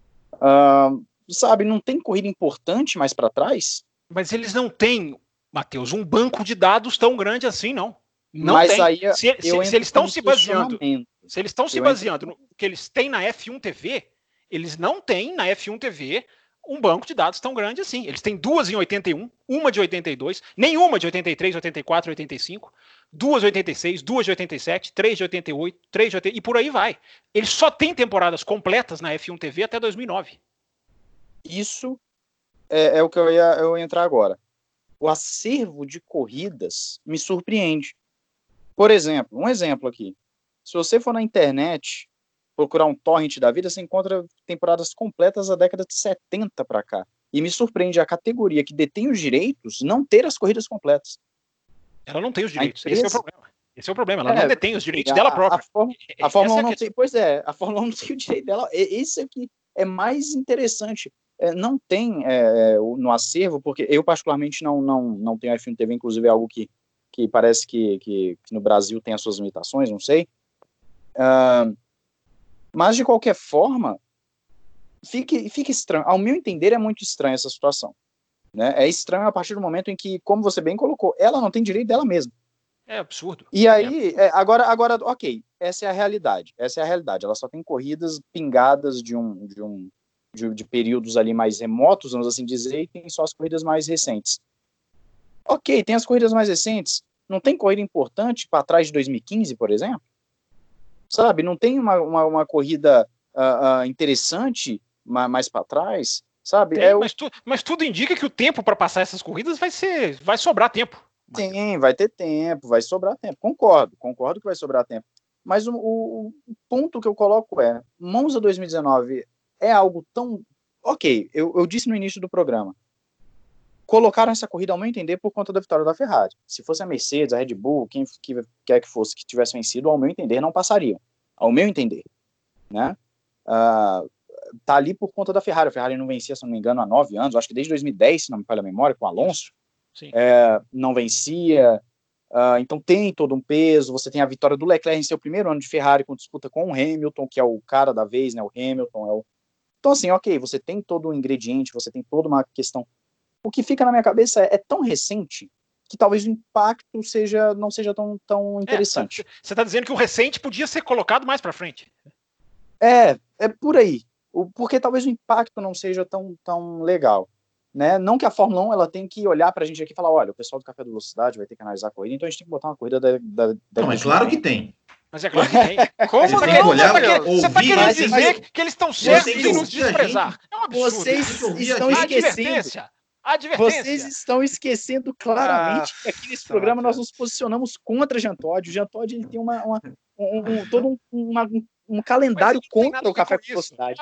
Sabe, não tem corrida importante mais para trás? Mas eles não têm, Matheus, um banco de dados tão grande assim, não. Não mas tem. Aí se eles estão se baseando, no que eles têm na F1 TV, eles não têm na F1 TV um banco de dados tão grande assim. Eles têm 2 em 81, uma de 82, nenhuma de 83, 84, 85, 2 de 86, 2 de 87, 3 de 88, 3 de 80, e por aí vai. Eles só têm temporadas completas na F1 TV até 2009. Isso é o que eu ia entrar agora. O acervo de corridas me surpreende. Por exemplo, um exemplo aqui. Se você for na internet procurar um torrent da vida, você encontra temporadas completas da década de 70 para cá. E me surpreende a categoria que detém os direitos não ter as corridas completas. Ela não tem os direitos. Esse é o problema. Ela não detém os direitos dela própria. A Fórmula 1 não tem. Pois é, a Fórmula 1 não tem o direito dela. Esse aqui é mais interessante. Não tem no acervo, porque eu particularmente não tenho F1 TV, inclusive é algo que parece que no Brasil tem as suas limitações, não sei. Mas, de qualquer forma, fica estranho. Ao meu entender, é muito estranha essa situação. Né? É estranho a partir do momento em que, como você bem colocou, ela não tem direito dela mesma. É absurdo. E aí, agora, ok, essa é a realidade. Ela só tem corridas pingadas de períodos ali mais remotos, vamos assim dizer, e tem só as corridas mais recentes. Ok, tem as corridas mais recentes. Não tem corrida importante para trás de 2015, por exemplo? Sabe, não tem uma corrida interessante mais para trás, sabe? Mas tudo indica que o tempo para passar essas corridas vai sobrar tempo. Sim, vai ter tempo, vai sobrar tempo. Concordo que vai sobrar tempo. Mas o ponto que eu coloco é, Monza 2019 é algo tão... Ok, eu disse no início do programa, colocaram essa corrida, ao meu entender, por conta da vitória da Ferrari. Se fosse a Mercedes, a Red Bull, quem quer que fosse que tivesse vencido, ao meu entender, não passariam. Ao meu entender, né? Tá ali por conta da Ferrari. A Ferrari não vencia, se não me engano, há 9 anos, acho que desde 2010, se não me falha a memória, com o Alonso. Sim. Não vencia. Então tem todo um peso. Você tem a vitória do Leclerc em seu primeiro ano de Ferrari, com disputa com o Hamilton, que é o cara da vez, né? O Hamilton Então, assim, ok, você tem todo um ingrediente, você tem toda uma questão. O que fica na minha cabeça é tão recente que talvez o impacto não seja tão interessante. Você está dizendo que o recente podia ser colocado mais para frente. É por aí. Porque talvez o impacto não seja tão legal. Né? Não que a Fórmula 1 ela tem que olhar pra gente aqui e falar, olha, o pessoal do Café da Velocidade vai ter que analisar a corrida, então a gente tem que botar uma corrida Não, é claro que tem. Mas é claro que tem. Como Você tem que olhar, você está querendo dizer que eles estão certos em nos desprezar? É um absurdo. Vocês estão esquecendo. Vocês estão esquecendo claramente que aqui nesse programa nós nos posicionamos contra Jean Todt. O Jean Todt ele tem todo um calendário contra o Café com Velocidade.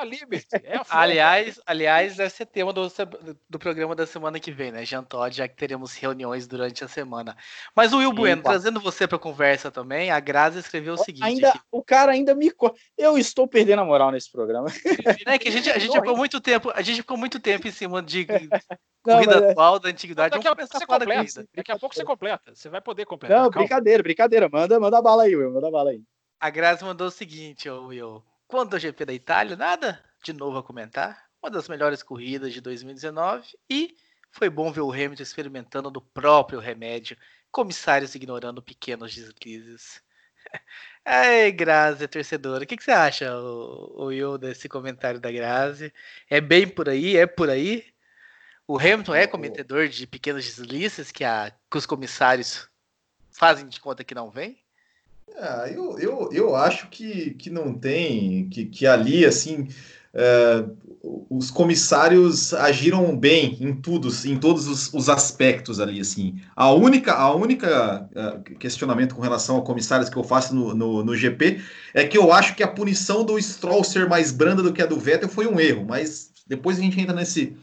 Aliás, deve ser tema do programa da semana que vem, né? Jean Todt, já que teremos reuniões durante a semana. Mas o Will Bueno, trazendo você para conversa também, a Grazi escreveu o seguinte. O cara ainda me... Eu estou perdendo a moral nesse programa. É que a gente ficou muito tempo em cima de corrida atual da antiguidade. Daqui a pouco você completa. Você vai poder completar. Não, brincadeira. Manda bala aí, Will. Manda bala aí. A Grazi mandou o seguinte, Will. Quanto ao GP da Itália, nada de novo a comentar. Uma das melhores corridas de 2019 e foi bom ver o Hamilton experimentando do próprio remédio, comissários ignorando pequenos deslizes. Ai, Grazi, torcedora, o que você acha, Will, desse comentário da Grazi? É bem por aí? É por aí? O Hamilton é cometedor de pequenos deslizes que os comissários fazem de conta que não vem? Eu acho que não tem, que ali, assim, os comissários agiram bem em todos os aspectos ali, assim. A única questionamento com relação a comissários que eu faço no GP é que eu acho que a punição do Stroll ser mais branda do que a do Vettel foi um erro, mas depois a gente entra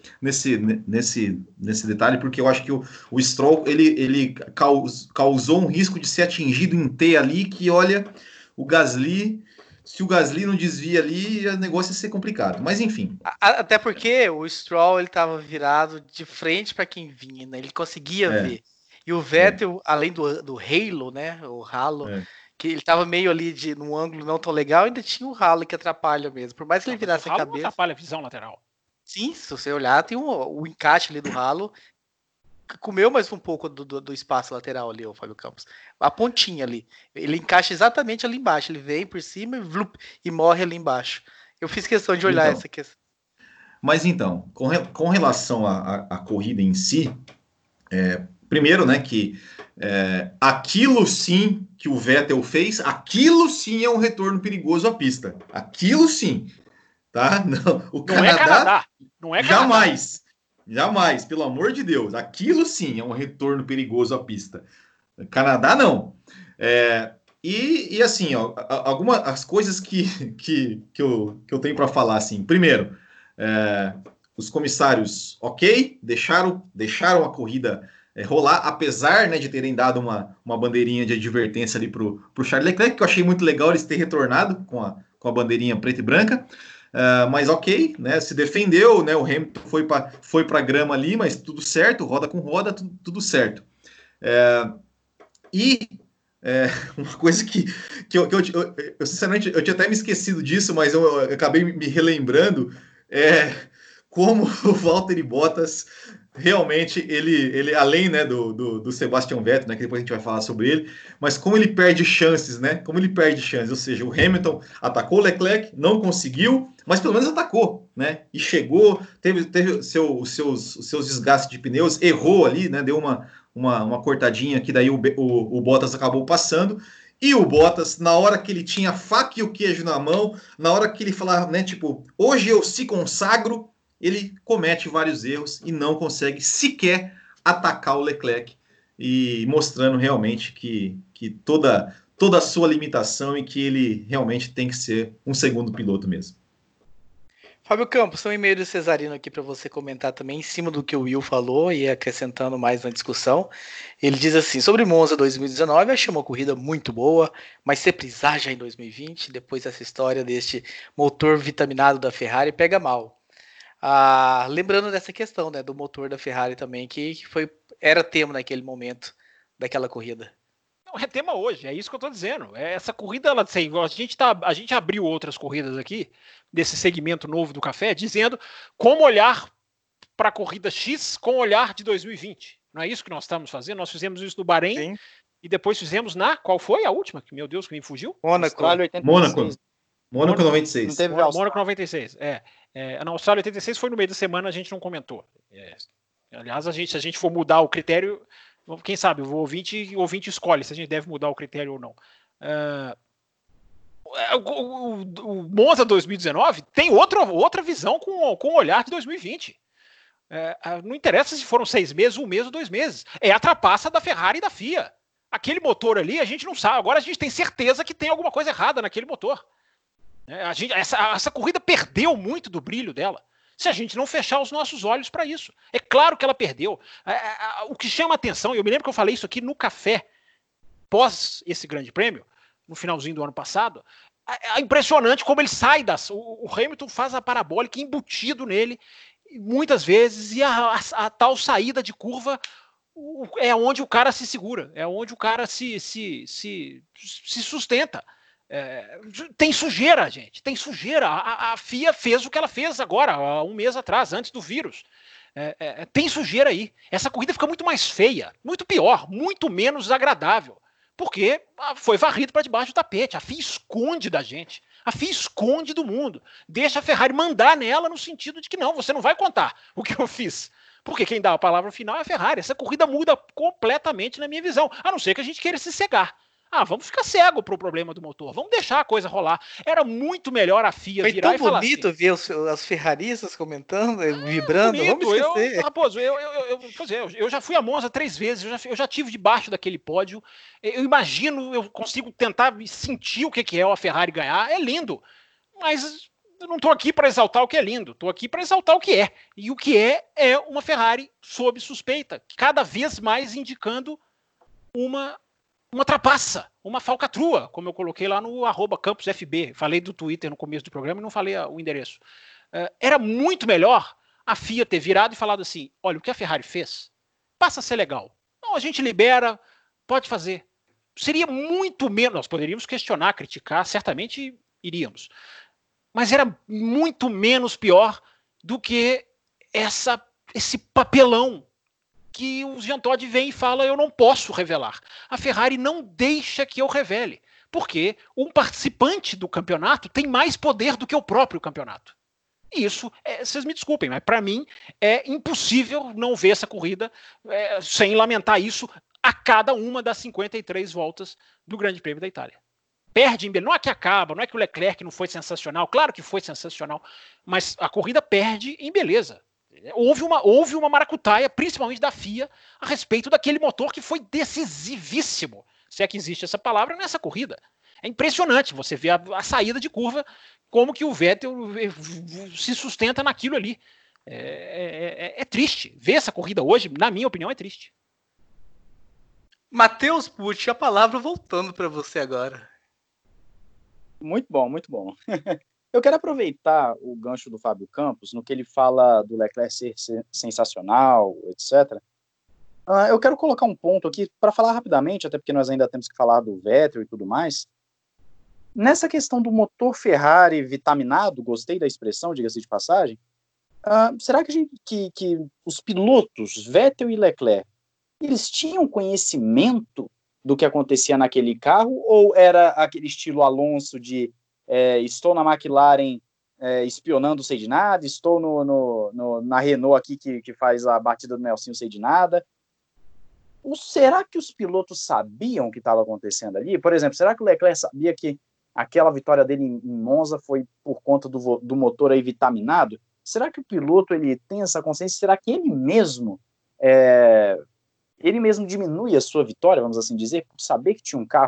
nesse detalhe, porque eu acho que o Stroll ele causou um risco de ser atingido em T ali, que olha, o Gasly, se o Gasly não desvia ali, o negócio ia ser complicado, mas enfim. Até porque o Stroll ele estava virado de frente para quem vinha, né? Ele conseguia ver. E o Vettel, além do halo, né, o halo, que ele estava meio ali num ângulo não tão legal, ainda tinha o halo que atrapalha mesmo, por mais que ele virasse a cabeça. Atrapalha a visão lateral. Sim, se você olhar, tem o encaixe ali do ralo, que comeu mais um pouco do espaço lateral ali, o Fábio Campos. A pontinha ali. Ele encaixa exatamente ali embaixo. Ele vem por cima e morre ali embaixo. Eu fiz questão de olhar essa questão. Mas então, com relação à corrida em si, primeiro, né, que aquilo sim que o Vettel fez, aquilo sim é um retorno perigoso à pista. Aquilo sim. Tá? Não, o Canadá, não é jamais, pelo amor de Deus, aquilo sim é um retorno perigoso à pista. Canadá não. E assim, ó, algumas coisas que eu tenho para falar assim. Primeiro, os comissários, ok, deixaram a corrida rolar, apesar, né, de terem dado uma bandeirinha de advertência ali pro Charles Leclerc, que eu achei muito legal eles terem retornado com a bandeirinha preta e branca. Mas ok, né? Se defendeu, né? O Hamilton foi para a grama ali, mas tudo certo, roda com roda, tudo certo. Uma coisa que eu sinceramente eu tinha até me esquecido disso, mas eu acabei me relembrando, como o Valtteri Bottas realmente ele além, né, do Sebastian Vettel, né, que depois a gente vai falar sobre ele, mas como ele perde chances, né? Como ele perde chances, ou seja, o Hamilton atacou o Leclerc, não conseguiu, mas pelo menos atacou, né? E chegou, teve os seus desgastes de pneus, errou ali, né? Deu uma cortadinha que daí o Bottas acabou passando. E o Bottas, na hora que ele tinha a faca e o queijo na mão, na hora que ele falava, né, tipo, hoje eu se consagro, ele comete vários erros e não consegue sequer atacar o Leclerc, e mostrando realmente que toda toda a sua limitação e que ele realmente tem que ser um segundo piloto mesmo. Fábio Campos, tem um e-mail do Cesarino aqui para você comentar também, em cima do que o Will falou e acrescentando mais na discussão. Ele diz assim, sobre Monza 2019, achei uma corrida muito boa, mas se precisar já em 2020, depois dessa história deste motor vitaminado da Ferrari, pega mal. Lembrando dessa questão, né, do motor da Ferrari também, que era tema naquele momento daquela corrida. Não, é tema hoje, é isso que eu tô dizendo. Essa corrida, ela, assim, a gente abriu outras corridas aqui, desse segmento novo do café, dizendo como olhar para a corrida X com o olhar de 2020. Não é isso que nós estamos fazendo? Nós fizemos isso no Bahrein. Sim. E depois fizemos qual foi a última? Meu Deus, que me fugiu? Mônaco 86. Mônaco 96. Não teve Mônaco 96, na Austrália 86 foi no meio da semana, a gente não comentou. Aliás, se a gente for mudar o critério, quem sabe, o ouvinte escolhe se a gente deve mudar o critério ou não. O Monza 2019 tem outra visão com o olhar de 2020. Não interessa se foram 6 meses, 1 mês ou 2 meses. É a trapaça da Ferrari e da FIA. Aquele motor ali, a gente não sabe. Agora a gente tem certeza que tem alguma coisa errada naquele motor. Essa corrida perdeu muito do brilho dela. Se a gente não fechar os nossos olhos para isso. É claro que ela perdeu. O que chama atenção, eu me lembro que eu falei isso aqui no café, pós esse grande prêmio, no finalzinho do ano passado, é impressionante como ele sai o Hamilton faz a parabólica embutido nele, muitas vezes, e a tal saída de curva é onde o cara se segura, é onde o cara se sustenta. Tem sujeira, gente, tem sujeira. A FIA fez o que ela fez agora, há 1 mês atrás, antes do vírus. Tem sujeira aí. Essa corrida fica muito mais feia, muito pior, muito menos agradável, porque foi varrido para debaixo do tapete. A FIA esconde da gente, a FIA esconde do mundo, deixa a Ferrari mandar nela no sentido de que não, você não vai contar o que eu fiz. Porque quem dá a palavra final é a Ferrari. Essa corrida muda completamente na minha visão, a não ser que a gente queira se cegar. Vamos ficar cego pro problema do motor. Vamos deixar a coisa rolar. Era muito melhor a FIA virar e falar assim... Foi tão bonito ver os ferraristas comentando, vibrando. Bonito. Vamos esquecer. Raposo, eu já fui a Monza 3 vezes. Eu já tive debaixo daquele pódio. Eu imagino, eu consigo tentar sentir o que é a Ferrari ganhar. É lindo. Mas eu não estou aqui para exaltar o que é lindo. Estou aqui para exaltar o que é. E o que é uma Ferrari sob suspeita. Cada vez mais indicando uma trapaça, uma falcatrua, como eu coloquei lá no @CampusFB. Falei do Twitter no começo do programa e não falei o endereço. Era muito melhor a FIA ter virado e falado assim, olha, o que a Ferrari fez passa a ser legal. Não, a gente libera, pode fazer. Seria muito menos, nós poderíamos questionar, criticar, certamente iríamos. Mas era muito menos pior do que esse papelão que o Jean Todt vem e fala, eu não posso revelar. A Ferrari não deixa que eu revele, porque um participante do campeonato tem mais poder do que o próprio campeonato. E isso, vocês me desculpem, mas para mim é impossível não ver essa corrida sem lamentar isso a cada uma das 53 voltas do Grande Prêmio da Itália. Perde em beleza, não é que acaba, não é que o Leclerc não foi sensacional, claro que foi sensacional, mas a corrida perde em beleza. Houve uma maracutaia, principalmente da FIA, a respeito daquele motor que foi decisivíssimo, se é que existe essa palavra, nessa corrida. É impressionante você ver a saída de curva, como que o Vettel se sustenta naquilo ali. É triste. Ver essa corrida hoje, na minha opinião, é triste. Matheus Pucci, a palavra voltando para você agora. Muito bom, muito bom. Eu quero aproveitar o gancho do Fábio Campos, no que ele fala do Leclerc ser sensacional, etc. Eu quero colocar um ponto aqui para falar rapidamente, até porque nós ainda temos que falar do Vettel e tudo mais. Nessa questão do motor Ferrari vitaminado, gostei da expressão, diga-se de passagem, será que os pilotos, Vettel e Leclerc, eles tinham conhecimento do que acontecia naquele carro, ou era aquele estilo Alonso de estou na McLaren espionando, sei de nada, estou na Renault aqui que faz a batida do Nelsinho, sei de nada? Ou será que os pilotos sabiam o que estava acontecendo ali? Por exemplo, será que o Leclerc sabia que aquela vitória dele em Monza foi por conta do motor aí vitaminado? Será que o piloto ele tem essa consciência? Será que ele mesmo diminui a sua vitória, vamos assim dizer, por saber que tinha um carro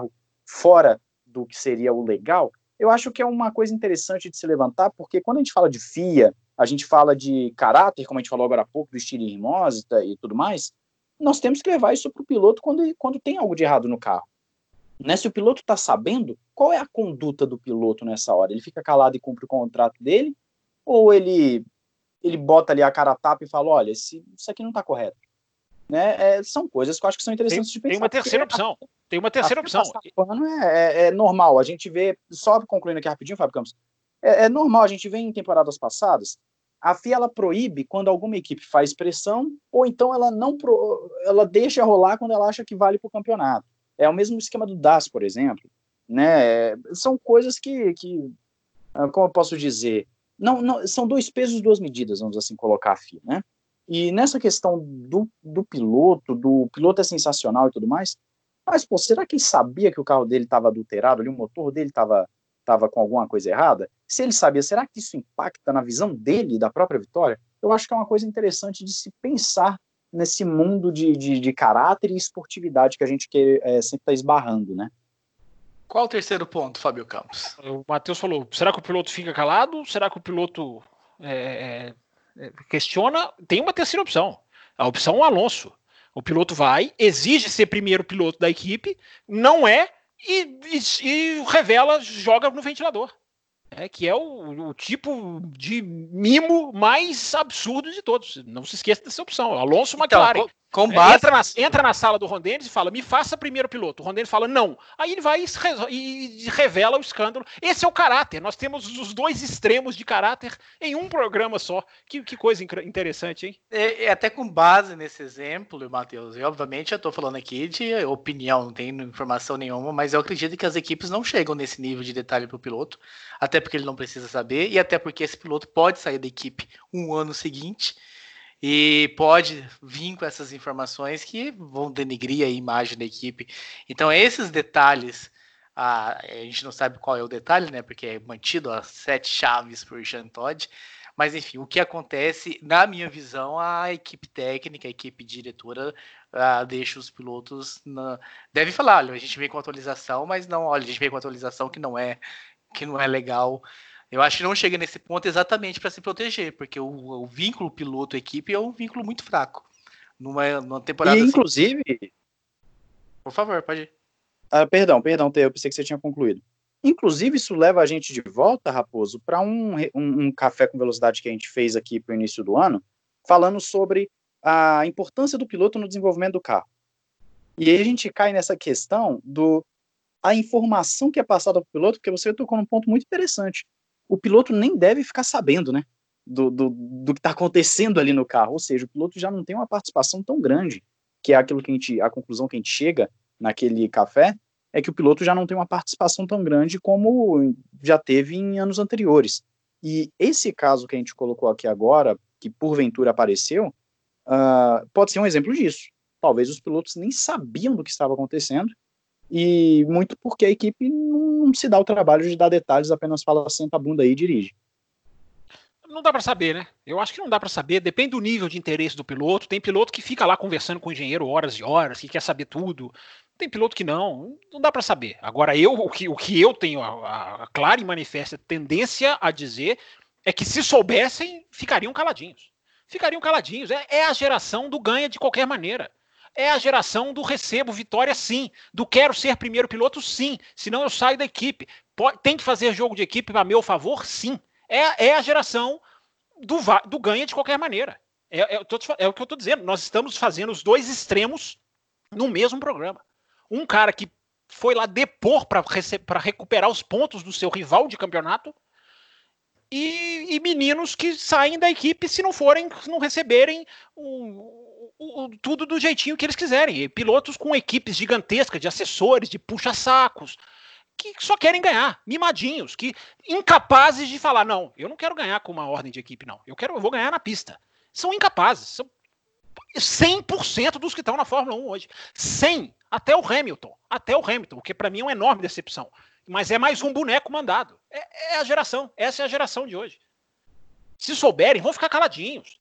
fora do que seria o legal, eu acho que é uma coisa interessante de se levantar, porque quando a gente fala de FIA, a gente fala de caráter, como a gente falou agora há pouco, do Stirling Moss e tudo mais, nós temos que levar isso para o piloto quando tem algo de errado no carro. Né? Se o piloto está sabendo, qual é a conduta do piloto nessa hora? Ele fica calado e cumpre o contrato dele? Ou ele bota ali a cara a tapa e fala, olha, isso aqui não está correto? Né? São coisas que eu acho que são interessantes de pensar. Tem uma terceira opção. Tem uma terceira opção. É normal. A gente vê, só concluindo aqui rapidinho, Fábio Campos, é normal, a gente vê em temporadas passadas, a FIA ela proíbe quando alguma equipe faz pressão, ou então ela deixa rolar quando ela acha que vale para o campeonato. É o mesmo esquema do DAS, por exemplo. Né? São coisas que, como eu posso dizer, não, são dois pesos, duas medidas, vamos assim colocar a FIA, né? E nessa questão do piloto é sensacional e tudo mais, mas, pô, será que ele sabia que o carro dele estava adulterado, ali, o motor dele estava com alguma coisa errada? Se ele sabia, será que isso impacta na visão dele, da própria vitória? Eu acho que é uma coisa interessante de se pensar nesse mundo de caráter e esportividade que a gente sempre está esbarrando, né? Qual o terceiro ponto, Fábio Campos? O Matheus falou, será que o piloto fica calado? Será que o piloto questiona? Tem uma terceira opção. A opção Alonso. O piloto vai, exige ser primeiro piloto da equipe, não é, e revela, joga no ventilador. Que é o tipo de mimo mais absurdo de todos. Não se esqueça dessa opção. Alonso McLaren. Então, com base... entra na sala do Ron Dennis e fala, me faça primeiro piloto. O Ron Dennis fala, não. Aí ele vai e revela o escândalo. Esse é o caráter. Nós temos os dois extremos de caráter em um programa só. Que coisa interessante, hein? Até com base nesse exemplo, Matheus, e obviamente eu estou falando aqui de opinião, não tenho informação nenhuma, mas eu acredito que as equipes não chegam nesse nível de detalhe para o piloto, até porque ele não precisa saber, e até porque esse piloto pode sair da equipe um ano seguinte, e pode vir com essas informações que vão denegrir a imagem da equipe. Então, esses detalhes, a gente não sabe qual é o detalhe, né? Porque é mantido as 7 chaves por Jean Todt. Mas, enfim, o que acontece, na minha visão, a equipe técnica, a equipe diretora, deixa os pilotos... Deve falar, olha, a gente vem com atualização, mas não, olha, a gente vem com atualização que não é legal. Eu acho que não chega nesse ponto exatamente para se proteger, porque o vínculo piloto-equipe é um vínculo muito fraco. Numa temporada e, inclusive... Assim... Por favor, pode ir. Perdão, eu pensei que você tinha concluído. Inclusive, isso leva a gente de volta, Raposo, para um café com velocidade que a gente fez aqui para o início do ano, falando sobre a importância do piloto no desenvolvimento do carro. E aí a gente cai nessa questão a informação que é passada para o piloto, porque você tocou num ponto muito interessante. O piloto nem deve ficar sabendo, né, do que está acontecendo ali no carro, ou seja, o piloto já não tem uma participação tão grande, que é aquilo a conclusão que a gente chega naquele café, é que o piloto já não tem uma participação tão grande como já teve em anos anteriores. E esse caso que a gente colocou aqui agora, que porventura apareceu, pode ser um exemplo disso. Talvez os pilotos nem sabiam do que estava acontecendo, e muito porque a equipe não se dá o trabalho de dar detalhes, apenas fala, senta a bunda aí e dirige. Não dá para saber, né? Eu acho que não dá para saber, depende do nível de interesse do piloto. Tem piloto que fica lá conversando com o engenheiro horas e horas, que quer saber tudo. Tem piloto que não dá para saber. Agora, o que eu tenho a clara e manifesta tendência a dizer é que se soubessem, ficariam caladinhos. Ficariam caladinhos. É a geração do ganha de qualquer maneira. É a geração do recebo vitória, sim. Do quero ser primeiro piloto, sim. Senão eu saio da equipe. Tem que fazer jogo de equipe a meu favor, sim. É a geração do ganha de qualquer maneira. É o que eu estou dizendo. Nós estamos fazendo os dois extremos no mesmo programa. Um cara que foi lá depor para recuperar os pontos do seu rival de campeonato e meninos que saem da equipe se não receberem tudo do jeitinho que eles quiserem. E pilotos com equipes gigantescas de assessores, de puxa-sacos, que só querem ganhar, mimadinhos, que incapazes de falar, não, eu não quero ganhar com uma ordem de equipe, não. Eu vou ganhar na pista. São incapazes. São 100% dos que estão na Fórmula 1 hoje. 100%. Até o Hamilton, o que para mim é uma enorme decepção. Mas é mais um boneco mandado. É a geração, essa é a geração de hoje. Se souberem, vão ficar caladinhos.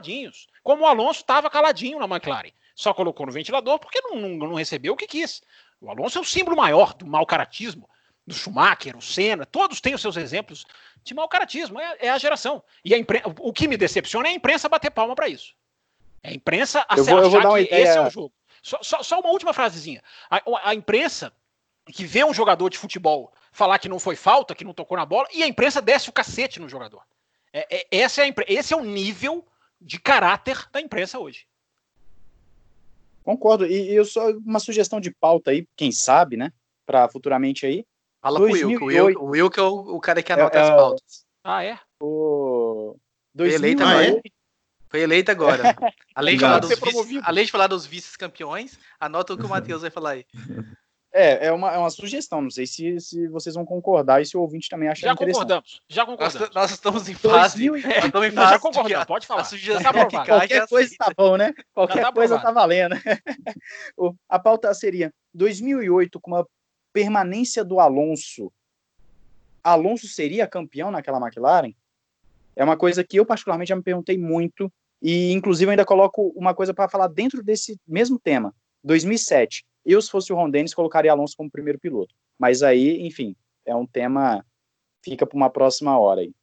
Como o Alonso estava caladinho na McLaren. Só colocou no ventilador porque não recebeu o que quis. O Alonso é o símbolo maior do mau caratismo, do Schumacher, o Senna, todos têm os seus exemplos de mau caratismo, é a geração. E o que me decepciona é a imprensa bater palma para isso. É a imprensa eu vou dar uma que ideia... esse é o jogo. Só uma última frasezinha. A imprensa que vê um jogador de futebol falar que não foi falta, que não tocou na bola, e a imprensa desce o cacete no jogador. Esse é o nível de caráter da imprensa hoje. Concordo. E eu só uma sugestão de pauta aí, quem sabe, né? Para futuramente aí. Fala pro Will, o Will que é o cara que anota as pautas. Ah, é? Foi eleito agora. Foi eleito agora. Além de falar dos vice-campeões, anota o que o Matheus vai falar aí. É uma sugestão, não sei se vocês vão concordar e se o ouvinte também acha interessante. Já concordamos. Nós estamos em fase. Já concordamos, pode falar. A sugestão tá que qualquer coisa tá bom, né? Qualquer coisa tá valendo. A pauta seria 2008 com uma permanência do Alonso. Alonso seria campeão naquela McLaren? É uma coisa que eu particularmente já me perguntei muito e inclusive ainda coloco uma coisa para falar dentro desse mesmo tema. 2007. Eu, se fosse o Ron Dennis, colocaria Alonso como primeiro piloto. Mas aí, enfim, é um tema... Fica para uma próxima hora aí.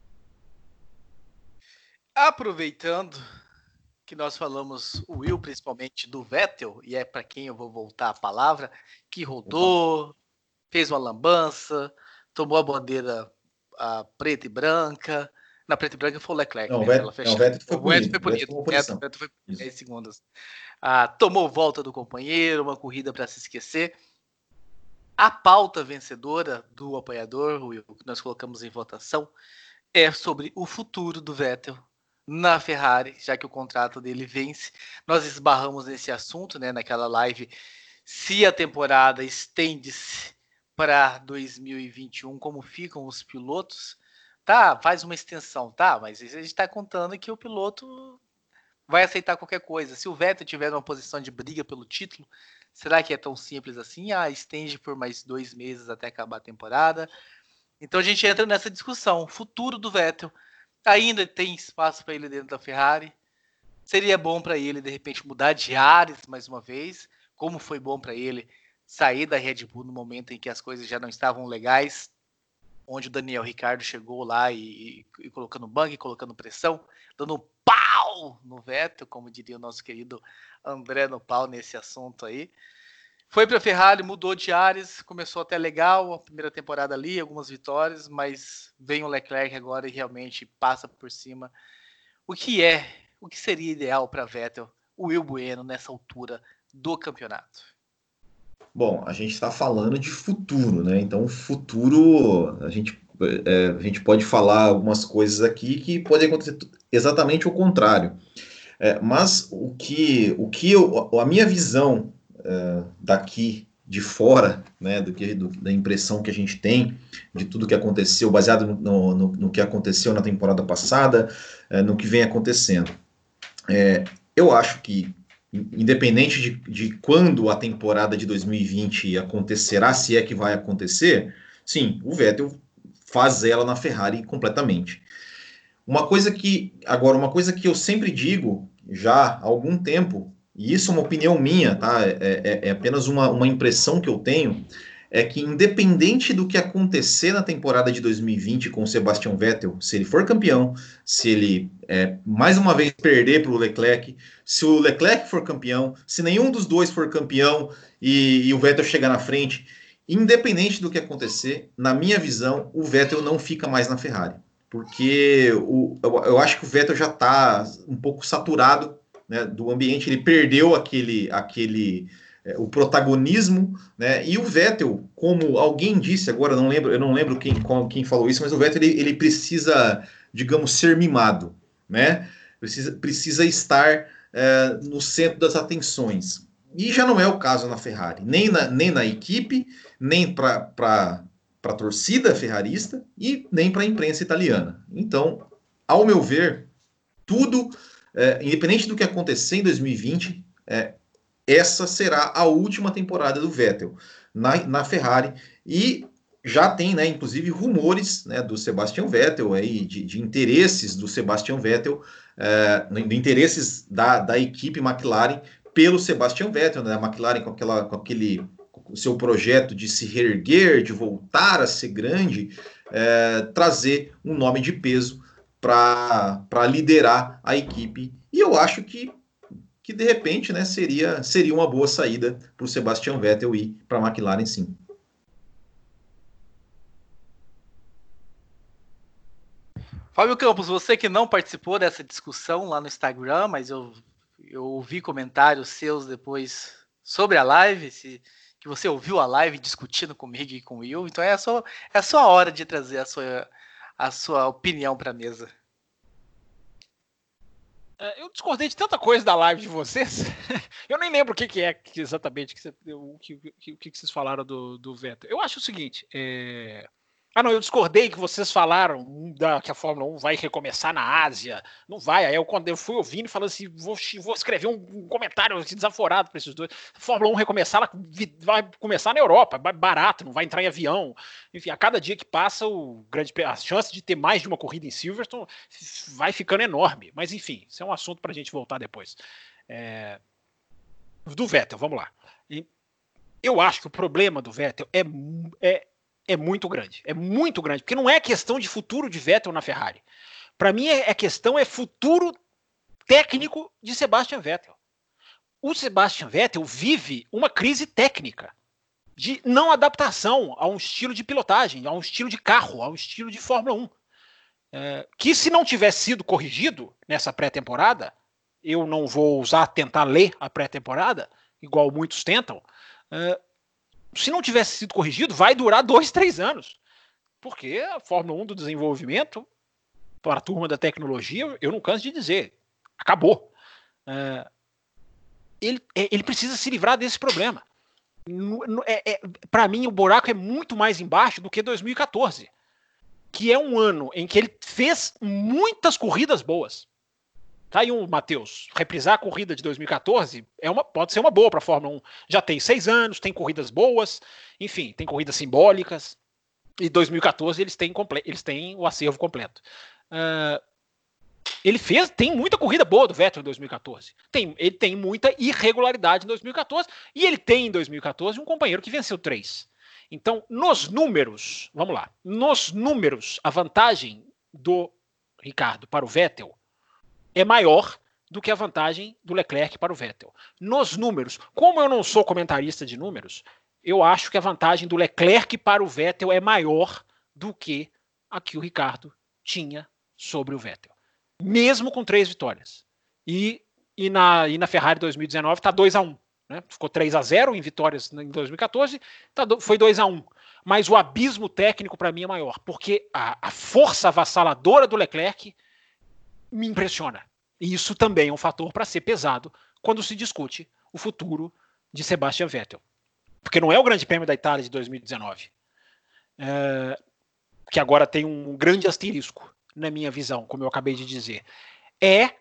Aproveitando que nós falamos, o Will, principalmente do Vettel, e é para quem eu vou voltar a palavra, que rodou, fez uma lambança, tomou a bandeira preta e branca. Na preta e branca foi o Leclerc. Não, né? o Vettel foi punido. O Vettel foi 10 segundos. Tomou volta do companheiro, uma corrida para se esquecer. A pauta vencedora do apoiador, Will, que nós colocamos em votação, é sobre o futuro do Vettel na Ferrari, já que o contrato dele vence. Nós esbarramos nesse assunto, né, naquela live, se a temporada estende-se para 2021, como ficam os pilotos. Tá, faz uma extensão, tá, mas a gente está contando que o piloto vai aceitar qualquer coisa. Se o Vettel tiver numa posição de briga pelo título, será que é tão simples assim? Estende por mais 2 meses até acabar a temporada. Então a gente entra nessa discussão. O futuro do Vettel ainda tem espaço para ele dentro da Ferrari. Seria bom para ele, de repente, mudar de ares mais uma vez, como foi bom para ele sair da Red Bull no momento em que as coisas já não estavam legais, onde o Daniel Ricciardo chegou lá e colocando bang, colocando pressão, dando um pau no Vettel, como diria o nosso querido André no pau nesse assunto aí. Foi para a Ferrari, mudou de ares, começou até legal a primeira temporada ali, algumas vitórias, mas vem o Leclerc agora e realmente passa por cima. O que seria ideal para Vettel, o Will Bueno, nessa altura do campeonato? Bom, a gente está falando de futuro, né? Então, futuro, a gente pode falar algumas coisas aqui que podem acontecer exatamente o contrário. Mas a minha visão daqui de fora, né, da impressão que a gente tem de tudo que aconteceu, baseado no que aconteceu na temporada passada, no que vem acontecendo. Eu acho que, independente de quando a temporada de 2020 acontecerá, se é que vai acontecer, sim, o Vettel faz ela na Ferrari completamente. Uma coisa que eu sempre digo já há algum tempo, e isso é uma opinião minha, tá? É apenas uma impressão que eu tenho, é que independente do que acontecer na temporada de 2020 com o Sebastian Vettel, se ele for campeão, se ele mais uma vez perder para o Leclerc, se o Leclerc for campeão, se nenhum dos dois for campeão e o Vettel chegar na frente, independente do que acontecer, na minha visão, o Vettel não fica mais na Ferrari. Porque eu acho que o Vettel já está um pouco saturado, né, do ambiente, ele perdeu o protagonismo, né? E o Vettel, como alguém disse agora, eu não lembro quem falou isso, mas o Vettel ele precisa, digamos, ser mimado, né? Precisa estar no centro das atenções. E já não é o caso na Ferrari, nem na equipe, nem para a torcida ferrarista e nem para a imprensa italiana. Então, ao meu ver, tudo, independente do que acontecer em 2020, essa será a última temporada do Vettel na Ferrari, e já tem, né, inclusive, rumores, né, do Sebastian Vettel, aí, de interesses do Sebastian Vettel, de interesses da equipe McLaren pelo Sebastian Vettel, né, a McLaren com o seu projeto de se reerguer, de voltar a ser grande, trazer um nome de peso para liderar a equipe. E eu acho que de repente, né, seria uma boa saída para o Sebastian Vettel ir para a McLaren, sim. Fábio Campos, você que não participou dessa discussão lá no Instagram, mas eu ouvi comentários seus depois sobre a live, que você ouviu a live discutindo comigo e com o Will, então é a sua hora de trazer a sua opinião para a mesa. Eu discordei de tanta coisa da live de vocês. Eu nem lembro o que é exatamente o que vocês falaram do Vettel. Eu acho o seguinte. Não, eu discordei que vocês falaram que a Fórmula 1 vai recomeçar na Ásia. Não vai. Aí quando eu fui ouvindo e falando assim, vou escrever um comentário assim, desaforado para esses dois. A Fórmula 1 recomeçar, ela vai começar na Europa, barato, não vai entrar em avião. Enfim, a cada dia que passa, a chance de ter mais de uma corrida em Silverstone vai ficando enorme. Mas enfim, isso é um assunto para a gente voltar depois. Do Vettel, vamos lá. Eu acho que o problema do Vettel é muito grande. É muito grande. Porque não é questão de futuro de Vettel na Ferrari. Para mim, a questão é futuro técnico de Sebastian Vettel. O Sebastian Vettel vive uma crise técnica de não adaptação a um estilo de pilotagem, a um estilo de carro, a um estilo de Fórmula 1. Que se não tivesse sido corrigido nessa pré-temporada, eu não vou tentar ler a pré-temporada, igual muitos tentam, se não tivesse sido corrigido, vai durar 2-3 anos. Porque a Fórmula 1 do desenvolvimento, para a turma da tecnologia, eu não canso de dizer, acabou. Ele precisa se livrar desse problema. Para mim, o buraco é muito mais embaixo do que 2014, que é um ano em que ele fez muitas corridas boas. Tá aí Matheus, reprisar a corrida de 2014 pode ser uma boa para a Fórmula 1. Já tem 6 anos, tem corridas boas, enfim, tem corridas simbólicas. E 2014 eles têm o acervo completo. Tem muita corrida boa do Vettel em 2014. Ele tem muita irregularidade em 2014 e ele tem em 2014 um companheiro que venceu 3. Então, nos números, vamos lá, a vantagem do Ricardo para o Vettel é maior do que a vantagem do Leclerc para o Vettel. Nos números, como eu não sou comentarista de números, eu acho que a vantagem do Leclerc para o Vettel é maior do que a que o Ricardo tinha sobre o Vettel. Mesmo com 3 vitórias. E na Ferrari 2019 está 2-1. Né? Ficou 3-0 em vitórias em 2014, foi 2-1. Mas o abismo técnico para mim é maior, porque a força avassaladora do Leclerc me impressiona. E isso também é um fator para ser pesado quando se discute o futuro de Sebastian Vettel. Porque não é o Grande Prêmio da Itália de 2019. Que agora tem um grande asterisco na minha visão, como eu acabei de dizer. É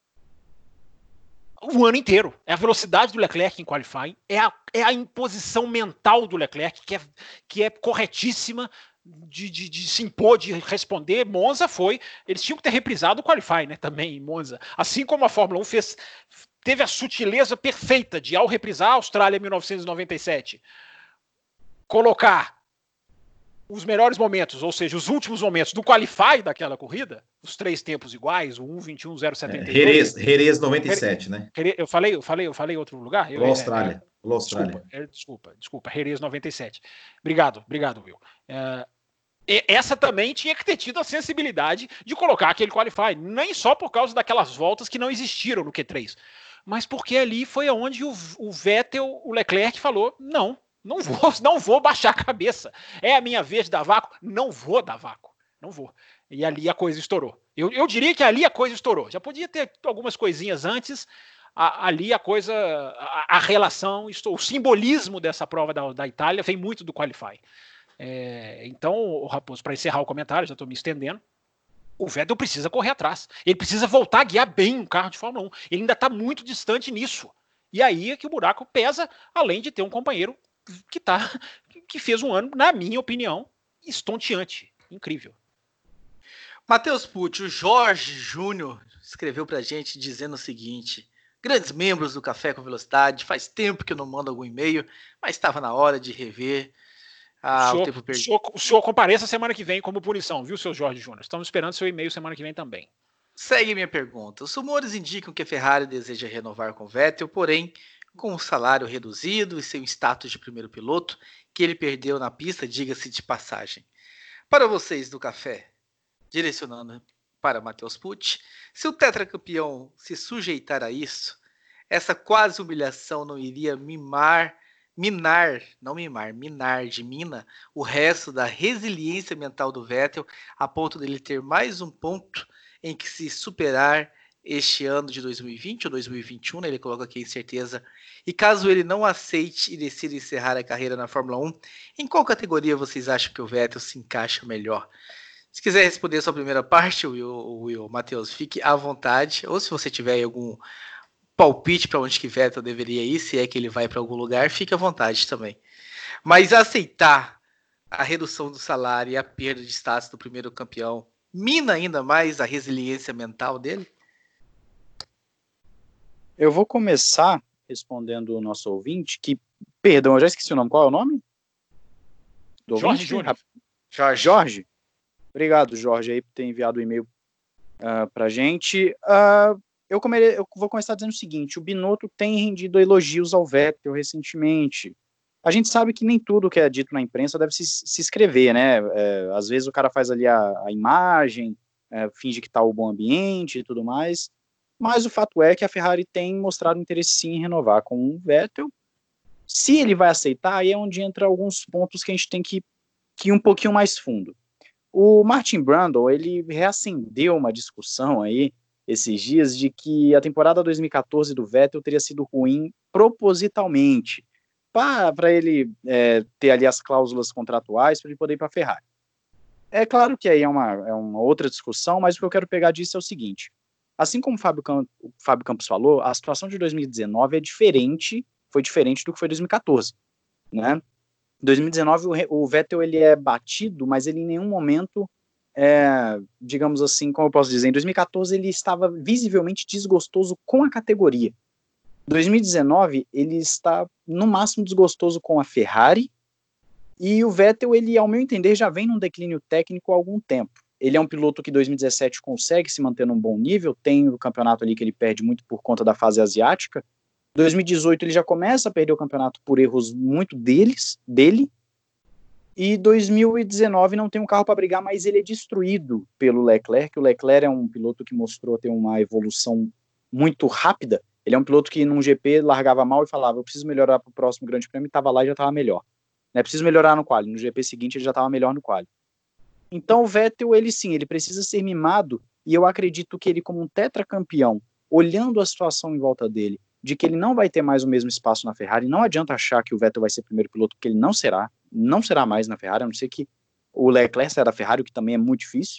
o ano inteiro. É a velocidade do Leclerc em qualifying, é a imposição mental do Leclerc, que é corretíssima, de se impor, de responder. Monza eles tinham que ter reprisado o qualify, né, também em Monza, assim como a Fórmula 1 teve a sutileza perfeita de, ao reprisar a Austrália 1997, colocar os melhores momentos, ou seja, os últimos momentos do qualify daquela corrida, os 3 tempos iguais, o 1:21, 0:72. Jerez 97, né? Eu falei outro lugar? Austrália. Desculpa, Jerez 97. Obrigado, Will. Essa também tinha que ter tido a sensibilidade de colocar aquele qualify, nem só por causa daquelas voltas que não existiram no Q3, mas porque ali foi onde o Vettel, o Leclerc falou, não vou baixar a cabeça, é a minha vez de dar vácuo, não vou dar vácuo, não vou. E ali a coisa estourou. Eu diria que ali a coisa estourou, já podia ter algumas coisinhas antes, ali a coisa, a relação, o simbolismo dessa prova da Itália vem muito do qualify. Então, Raposo, para encerrar o comentário, já estou me estendendo, o Vettel precisa correr atrás. Ele precisa voltar a guiar bem um carro de Fórmula 1. Ele ainda está muito distante nisso. E aí é que o buraco pesa, além de ter um companheiro que fez um ano, na minha opinião, estonteante. Incrível. Matheus Pucci, o Jorge Júnior escreveu pra gente dizendo o seguinte: grandes membros do Café com Velocidade. Faz tempo que eu não mando algum e-mail, mas estava na hora de rever o tempo perdido. O senhor compareça semana que vem como punição, viu, seu Jorge Júnior? Estamos esperando seu e-mail semana que vem também. Segue minha pergunta. Os rumores indicam que a Ferrari deseja renovar com Vettel, porém, com um salário reduzido e seu status de primeiro piloto, que ele perdeu na pista, diga-se de passagem. Para vocês do Café, direcionando para Matheus Pucci, se o tetracampeão se sujeitar a isso, essa quase humilhação não iria minar de mina o resto da resiliência mental do Vettel, a ponto dele ter mais um ponto em que se superar este ano de 2020 ou 2021, né? Ele coloca aqui incerteza. E caso ele não aceite e decida encerrar a carreira na Fórmula 1, em qual categoria vocês acham que o Vettel se encaixa melhor? Se quiser responder a sua primeira parte, Will, Matheus, fique à vontade. Ou se você tiver algum palpite para onde que Vettel deveria ir, se é que ele vai para algum lugar, fique à vontade também. Mas aceitar a redução do salário e a perda de status do primeiro campeão mina ainda mais a resiliência mental dele? Eu vou começar respondendo o nosso ouvinte, que, perdão, eu já esqueci o nome. Qual é o nome? Do Jorge Júnior. Jorge. Obrigado, Jorge, aí, por ter enviado o e-mail pra gente. Eu vou começar dizendo o seguinte: o Binotto tem rendido elogios ao Vettel recentemente. A gente sabe que nem tudo que é dito na imprensa deve se escrever, né? Às vezes o cara faz ali a imagem, finge que tá o bom ambiente e tudo mais, mas o fato é que a Ferrari tem mostrado interesse sim em renovar com o Vettel. Se ele vai aceitar, aí é onde entra alguns pontos que a gente tem que ir um pouquinho mais fundo. O Martin Brundle, ele reacendeu uma discussão aí esses dias de que a temporada 2014 do Vettel teria sido ruim propositalmente, para ele ter ali as cláusulas contratuais para ele poder ir para a Ferrari. É claro que aí é uma outra discussão, mas o que eu quero pegar disso é o seguinte: assim como o Fábio Campos falou, a situação de 2019 foi diferente do que foi 2014, né? Em 2019 o Vettel ele é batido, mas ele em nenhum momento, digamos assim, como eu posso dizer, em 2014 ele estava visivelmente desgostoso com a categoria. 2019 ele está no máximo desgostoso com a Ferrari, e o Vettel, ele, ao meu entender, já vem num declínio técnico há algum tempo. Ele é um piloto que em 2017 consegue se manter num bom nível, tem o campeonato ali que ele perde muito por conta da fase asiática. 2018 ele já começa a perder o campeonato por erros muito dele, e 2019 não tem um carro para brigar, mas ele é destruído pelo Leclerc. O Leclerc é um piloto que mostrou ter uma evolução muito rápida. Ele é um piloto que num GP largava mal e falava: eu preciso melhorar para o próximo grande prêmio, e estava lá e já estava melhor. Preciso melhorar no quali. No GP seguinte ele já estava melhor no quali. Então o Vettel, ele precisa ser mimado, e eu acredito que ele, como um tetracampeão, olhando a situação em volta dele, de que ele não vai ter mais o mesmo espaço na Ferrari, não adianta achar que o Vettel vai ser primeiro piloto, porque ele não será mais na Ferrari, a não ser que o Leclerc saia da Ferrari, o que também é muito difícil.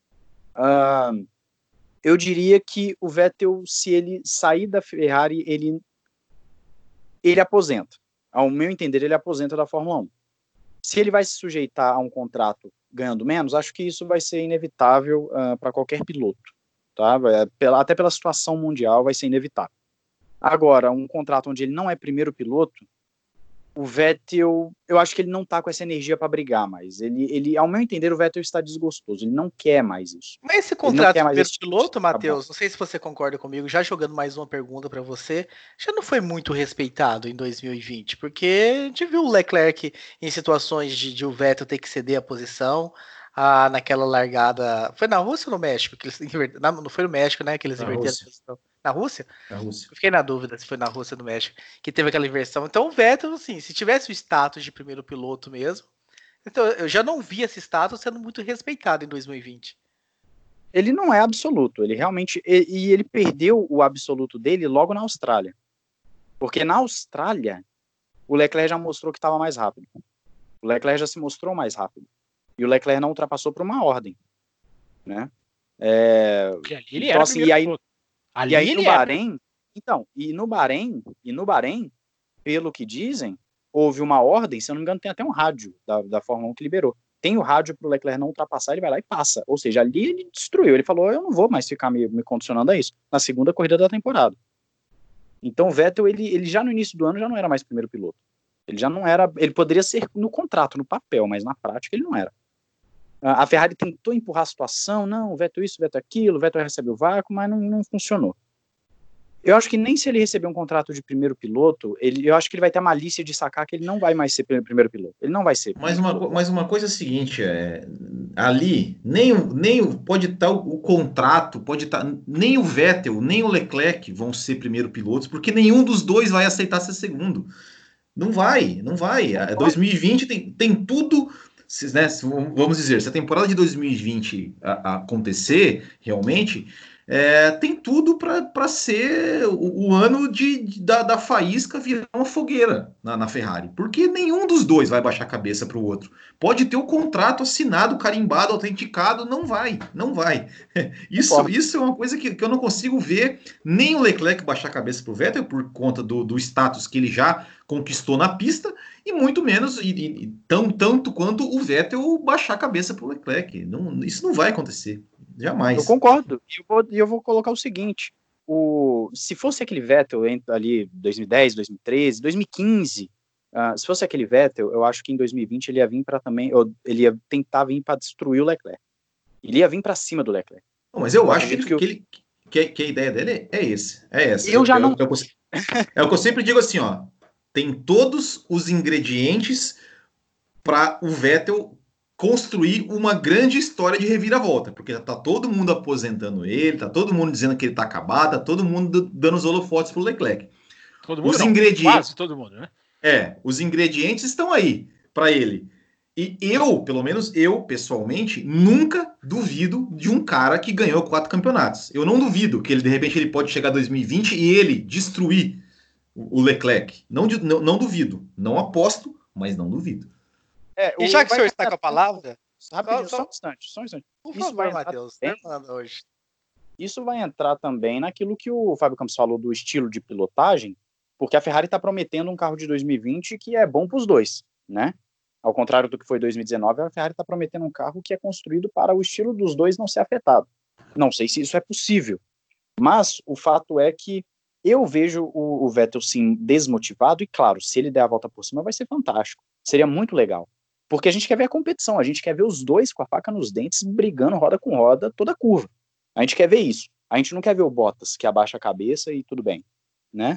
Eu diria que o Vettel, se ele sair da Ferrari, ele aposenta. Ao meu entender, ele aposenta da Fórmula 1. Se ele vai se sujeitar a um contrato ganhando menos, acho que isso vai ser inevitável para qualquer piloto. Tá? Até pela situação mundial vai ser inevitável. Agora, um contrato onde ele não é primeiro piloto, o Vettel, eu acho que ele não está com essa energia para brigar mais. Ele, ao meu entender, o Vettel está desgostoso. Ele não quer mais isso. Mas esse contrato de primeiro piloto, Matheus, não sei se você concorda comigo, já jogando mais uma pergunta para você, já não foi muito respeitado em 2020, porque a gente viu o Leclerc em situações de o Vettel ter que ceder a posição, naquela largada. Foi na Rússia ou no México? Que eles não foi no México, né? Que eles inverteram a posição. Na Rússia? Na Rússia. Eu fiquei na dúvida se foi na Rússia ou no México que teve aquela inversão. Então o Vettel, assim, se tivesse o status de primeiro piloto mesmo, então eu já não vi esse status sendo muito respeitado em 2020. Ele não é absoluto, ele realmente, e ele perdeu o absoluto dele logo na Austrália. Porque na Austrália, o Leclerc já mostrou que estava mais rápido. O Leclerc já se mostrou mais rápido. E o Leclerc não ultrapassou por uma ordem, né? Porque ali ele então, era assim, e aí ali no Bahrein, então, e no Bahrein, pelo que dizem, houve uma ordem, se eu não me engano, tem até um rádio da Fórmula 1 que liberou. Tem o rádio para o Leclerc não ultrapassar, ele vai lá e passa. Ou seja, ali ele destruiu. Ele falou: eu não vou mais ficar me condicionando a isso. Na segunda corrida da temporada. Então o Vettel, ele já no início do ano já não era mais primeiro piloto. Ele já não era, ele poderia ser no contrato, no papel, mas na prática ele não era. A Ferrari tentou empurrar a situação, não, o Vettel isso, o Vettel aquilo, o Vettel recebe o vácuo, mas não funcionou. Eu acho que nem se ele receber um contrato de primeiro piloto, eu acho que ele vai ter a malícia de sacar que ele não vai mais ser primeiro piloto. Ele não vai ser. Mas uma coisa é a seguinte, ali, pode estar o contrato, pode estar, nem o Vettel, nem o Leclerc vão ser primeiro pilotos, porque nenhum dos dois vai aceitar ser segundo. Não vai. 2020 tem tudo, né, vamos dizer, se a temporada de 2020 acontecer realmente, tem tudo para ser o ano da faísca virar uma fogueira na Ferrari, porque nenhum dos dois vai baixar a cabeça para o outro. Pode ter o contrato assinado, carimbado, autenticado, não vai. Isso é uma coisa que eu não consigo ver nem o Leclerc baixar a cabeça para o Vettel por conta do status que ele já conquistou na pista, e muito menos, tanto quanto o Vettel baixar a cabeça para o Leclerc. Isso não vai acontecer. Jamais. Eu concordo. E eu vou colocar o seguinte: se fosse aquele Vettel ali 2010, 2013, 2015, se fosse aquele Vettel, eu acho que em 2020 ele ia vir para ele ia tentar vir para destruir o Leclerc. Ele ia vir para cima do Leclerc. Não, mas eu acho que a ideia dele é essa. É o que eu sempre digo assim, ó. Tem todos os ingredientes para o Vettel construir uma grande história de reviravolta, porque tá todo mundo aposentando ele, tá todo mundo dizendo que ele tá acabado, tá todo mundo dando os holofotes pro Leclerc. Todo mundo quase todo mundo, né? Os ingredientes estão aí para ele. E pelo menos eu, pessoalmente, nunca duvido de um cara que ganhou 4 campeonatos. Eu não duvido que de repente ele pode chegar em 2020 e ele destruir o Leclerc. Não duvido. Não aposto, mas não duvido. E já que o senhor está com a palavra... Rapidinho, só um instante. Por favor, Matheus, não é nada hoje. Isso vai entrar também naquilo que o Fábio Campos falou do estilo de pilotagem, porque a Ferrari está prometendo um carro de 2020 que é bom para os dois, né? Ao contrário do que foi 2019, a Ferrari está prometendo um carro que é construído para o estilo dos dois não ser afetado. Não sei se isso é possível, mas o fato é que eu vejo o Vettel sim desmotivado, e claro, se ele der a volta por cima vai ser fantástico, seria muito legal, porque a gente quer ver a competição, a gente quer ver os dois com a faca nos dentes brigando roda com roda toda curva, a gente quer ver isso, a gente não quer ver o Bottas que abaixa a cabeça e tudo bem, né?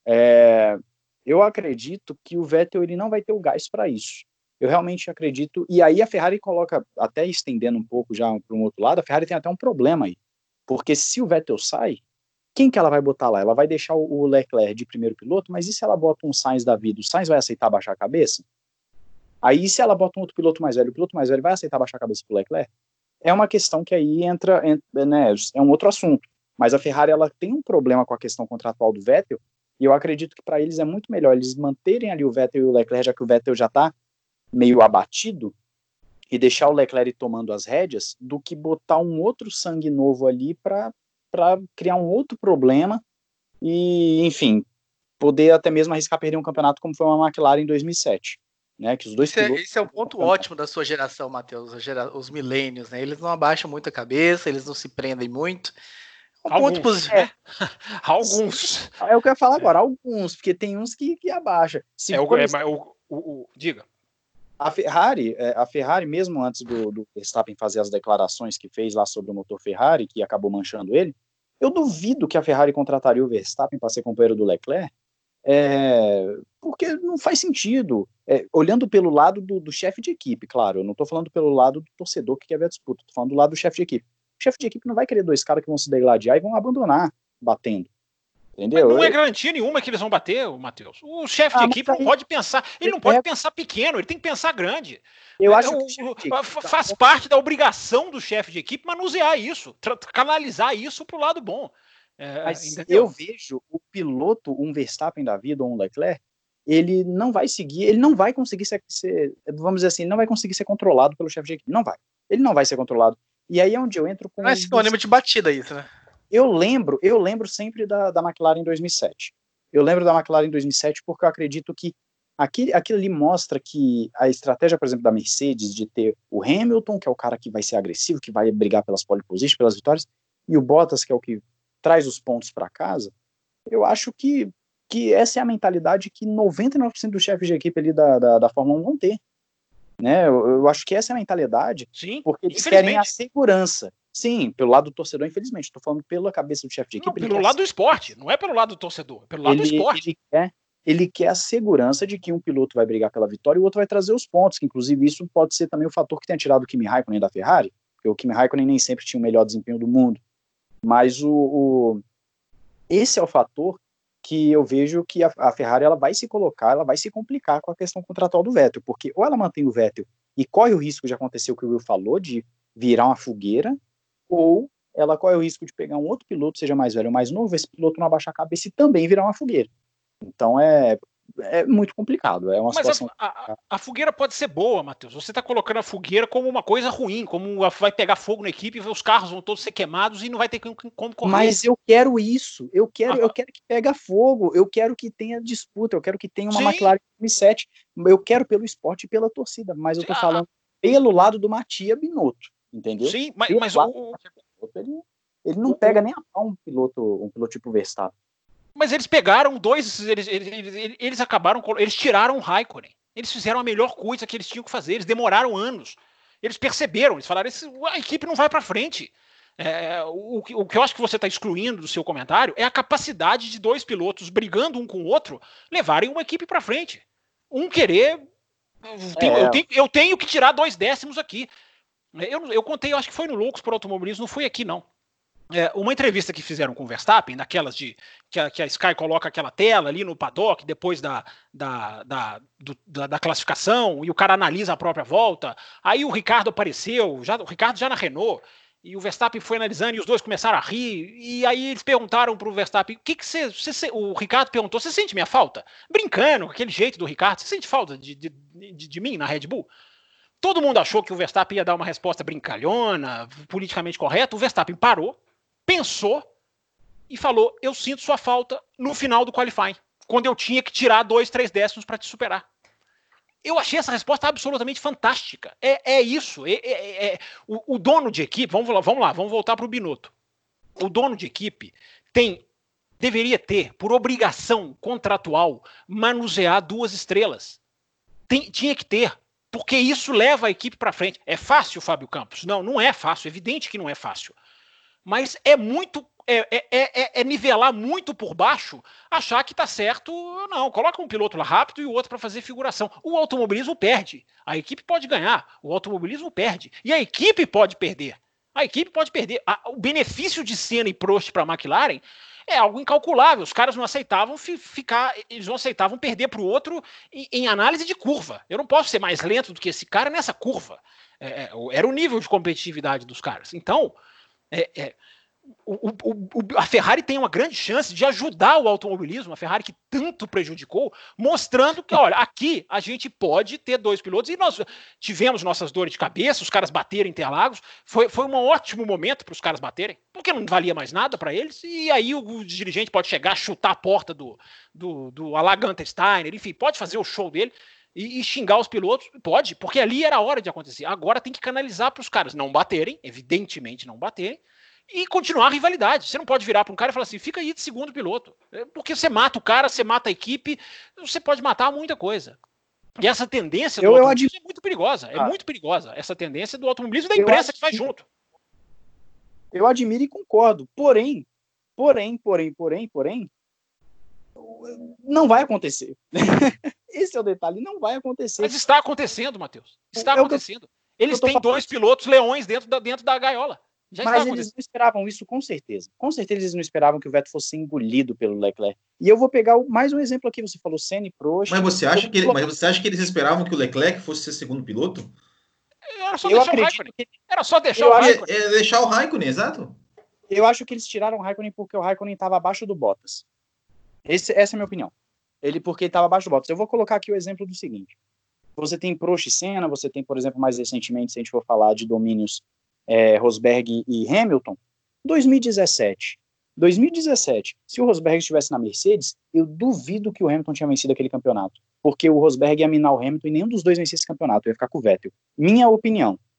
Eu acredito que o Vettel ele não vai ter o gás para isso. Eu realmente acredito, e aí a Ferrari coloca, até estendendo um pouco já para um outro lado, a Ferrari tem até um problema aí, porque se o Vettel sai, quem que ela vai botar lá? Ela vai deixar o Leclerc de primeiro piloto, mas e se ela bota um Sainz da vida? O Sainz vai aceitar baixar a cabeça? Aí se ela bota um outro piloto mais velho, o piloto mais velho vai aceitar baixar a cabeça pro Leclerc? É uma questão que aí entra, né, é um outro assunto, mas a Ferrari ela tem um problema com a questão contratual do Vettel, e eu acredito que para eles é muito melhor eles manterem ali o Vettel e o Leclerc, já que o Vettel já está meio abatido, e deixar o Leclerc tomando as rédeas, do que botar um outro sangue novo ali para criar um outro problema e, enfim, poder até mesmo arriscar perder um campeonato como foi uma McLaren em 2007. Né, que os dois esse é um ponto ótimo da sua geração, Matheus, os milênios, né? Eles não abaixam muito a cabeça, eles não se prendem muito. Ponto positivo. Alguns. É o que eu ia falar agora, alguns, porque tem uns que abaixa. Diga. A Ferrari, mesmo antes do Verstappen fazer as declarações que fez lá sobre o motor Ferrari, que acabou manchando ele, eu duvido que a Ferrari contrataria o Verstappen para ser companheiro do Leclerc, porque não faz sentido. Olhando pelo lado do chefe de equipe, claro, eu não estou falando pelo lado do torcedor que quer ver a disputa, estou falando do lado do chefe de equipe. O chefe de equipe não vai querer dois caras que vão se degladiar e vão abandonar batendo. Entendeu? Mas não é garantia nenhuma que eles vão bater, Matheus. O chefe de equipe não pode pensar, ele não pode pensar pequeno, ele tem que pensar grande. Eu acho que faz parte da obrigação do chefe de equipe manusear isso, canalizar isso para o lado bom. Mas eu vejo o piloto, um Verstappen da vida ou um Leclerc, ele não vai conseguir ser, vamos dizer assim, não vai conseguir ser controlado pelo chefe de equipe. Ele não vai ser controlado. E aí é onde eu entro com... Não é sinônimo de batida isso, né? Eu lembro sempre da McLaren em 2007. Eu lembro da McLaren em 2007 porque eu acredito que aquilo ali mostra que a estratégia, por exemplo, da Mercedes de ter o Hamilton, que é o cara que vai ser agressivo, que vai brigar pelas pole positions, pelas vitórias, e o Bottas, que é o que traz os pontos para casa, Eu acho que essa é a mentalidade que 99% dos chefes de equipe ali da Fórmula 1 vão ter. Né? Eu acho que essa é a mentalidade, Sim, porque eles querem a segurança. Sim, pelo lado do torcedor, infelizmente. Estou falando pela cabeça do chefe de equipe. Não, pelo lado do esporte, não é pelo lado do torcedor, é pelo lado do esporte. Ele quer a segurança de que um piloto vai brigar pela vitória e o outro vai trazer os pontos, que inclusive isso pode ser também o fator que tenha tirado o Kimi Raikkonen da Ferrari, porque o Kimi Raikkonen nem sempre tinha o melhor desempenho do mundo. Mas esse é o fator que eu vejo que a Ferrari ela vai se colocar, ela vai se complicar com a questão contratual do Vettel, porque ou ela mantém o Vettel e corre o risco de acontecer o que o Will falou, de virar uma fogueira, ou ela corre o risco de pegar um outro piloto, seja mais velho ou mais novo, esse piloto não abaixar a cabeça e também virar uma fogueira. Então é muito complicado, é uma situação... A fogueira pode ser boa, Matheus. Você está colocando a fogueira como uma coisa ruim, como vai pegar fogo na equipe, os carros vão todos ser queimados e não vai ter como correr. Mas eu quero isso, eu quero que pegue fogo, eu quero que tenha disputa, eu quero que tenha uma McLaren 2007, eu quero pelo esporte e pela torcida, mas eu tô falando pelo lado do Matia Binotto, entendeu? Sim, mas ele não pega nem a pau um piloto tipo Verstappen. Mas eles pegaram eles acabaram, eles tiraram o Raikkonen. Eles fizeram a melhor coisa que eles tinham que fazer, eles demoraram anos. Eles perceberam, eles falaram, a equipe não vai para frente. O que eu acho que você está excluindo do seu comentário é a capacidade de dois pilotos brigando um com o outro levarem uma equipe para frente. Um querer... Eu tenho que tirar 2 décimos aqui. Eu contei, eu acho que foi no Loucos por Automobilismo, não foi aqui não. Uma entrevista que fizeram com o Verstappen, daquelas que a Sky coloca aquela tela ali no paddock, depois da classificação, e o cara analisa a própria volta. Aí o Ricardo apareceu, o Ricardo já na Renault, e o Verstappen foi analisando, e os dois começaram a rir, e aí eles perguntaram pro Verstappen, o Ricardo perguntou, você sente minha falta? Brincando, com aquele jeito do Ricardo, você sente falta de mim na Red Bull? Todo mundo achou que o Verstappen ia dar uma resposta brincalhona, politicamente correta, o Verstappen parou, pensou e falou, eu sinto sua falta no final do qualifying, quando eu tinha que tirar 2, 3 décimos para te superar. Eu achei essa resposta absolutamente fantástica. É isso. O dono de equipe, vamos voltar para o Binotto. O dono de equipe deveria ter, por obrigação contratual, manusear 2 estrelas. Tinha que ter, porque isso leva a equipe para frente. É fácil, Fábio Campos? Não é fácil, é evidente que não é fácil. Mas é muito... nivelar muito por baixo, achar que tá certo, não, coloca um piloto lá rápido e o outro para fazer figuração. O automobilismo perde, a equipe pode ganhar, o automobilismo perde, e a equipe pode perder. O benefício de Senna e Prost para a McLaren é algo incalculável, os caras não aceitavam eles não aceitavam perder para o outro em análise de curva. Eu não posso ser mais lento do que esse cara nessa curva. Era o nível de competitividade dos caras. Então, a Ferrari tem uma grande chance de ajudar o automobilismo, a Ferrari que tanto prejudicou, mostrando que, olha, aqui a gente pode ter 2 pilotos, e nós tivemos nossas dores de cabeça, os caras bateram em Interlagos, foi um ótimo momento para os caras baterem, porque não valia mais nada para eles, e aí o dirigente pode chegar, chutar a porta do Alain Gunther Steiner, enfim, pode fazer o show dele, e xingar os pilotos, pode, porque ali era a hora de acontecer. Agora tem que canalizar para os caras não baterem, evidentemente não baterem, e continuar a rivalidade. Você não pode virar para um cara e falar assim, fica aí de segundo piloto. Porque você mata o cara, você mata a equipe, você pode matar muita coisa. E essa tendência do automobilismo é muito perigosa. É muito perigosa. Essa tendência do automobilismo da imprensa que faz junto. Eu admiro e concordo. Porém, não vai acontecer. Esse é o detalhe, não vai acontecer. Mas está acontecendo, Matheus. Está acontecendo. Eles têm 2 pilotos leões dentro da gaiola. Mas eles não esperavam isso, com certeza. Com certeza eles não esperavam que o Vettel fosse engolido pelo Leclerc. E eu vou pegar mais um exemplo aqui. Você falou Senna e Prost. Mas você acha que eles esperavam que o Leclerc fosse ser segundo piloto? Era só deixar o Raikkonen. Era só deixar o Raikkonen. Deixar o Raikkonen, exato. Eu acho que eles tiraram o Raikkonen porque o Raikkonen estava abaixo do Bottas. Essa é a minha opinião. Porque ele estava abaixo do Bottas. Eu vou colocar aqui o exemplo do seguinte. Você tem Prost e Senna, você tem, por exemplo, mais recentemente, se a gente for falar de domínios Rosberg e Hamilton, 2017, se o Rosberg estivesse na Mercedes, eu duvido que o Hamilton tinha vencido aquele campeonato, porque o Rosberg ia minar o Hamilton e nenhum dos dois vencia esse campeonato, ia ficar com o Vettel. Minha opinião.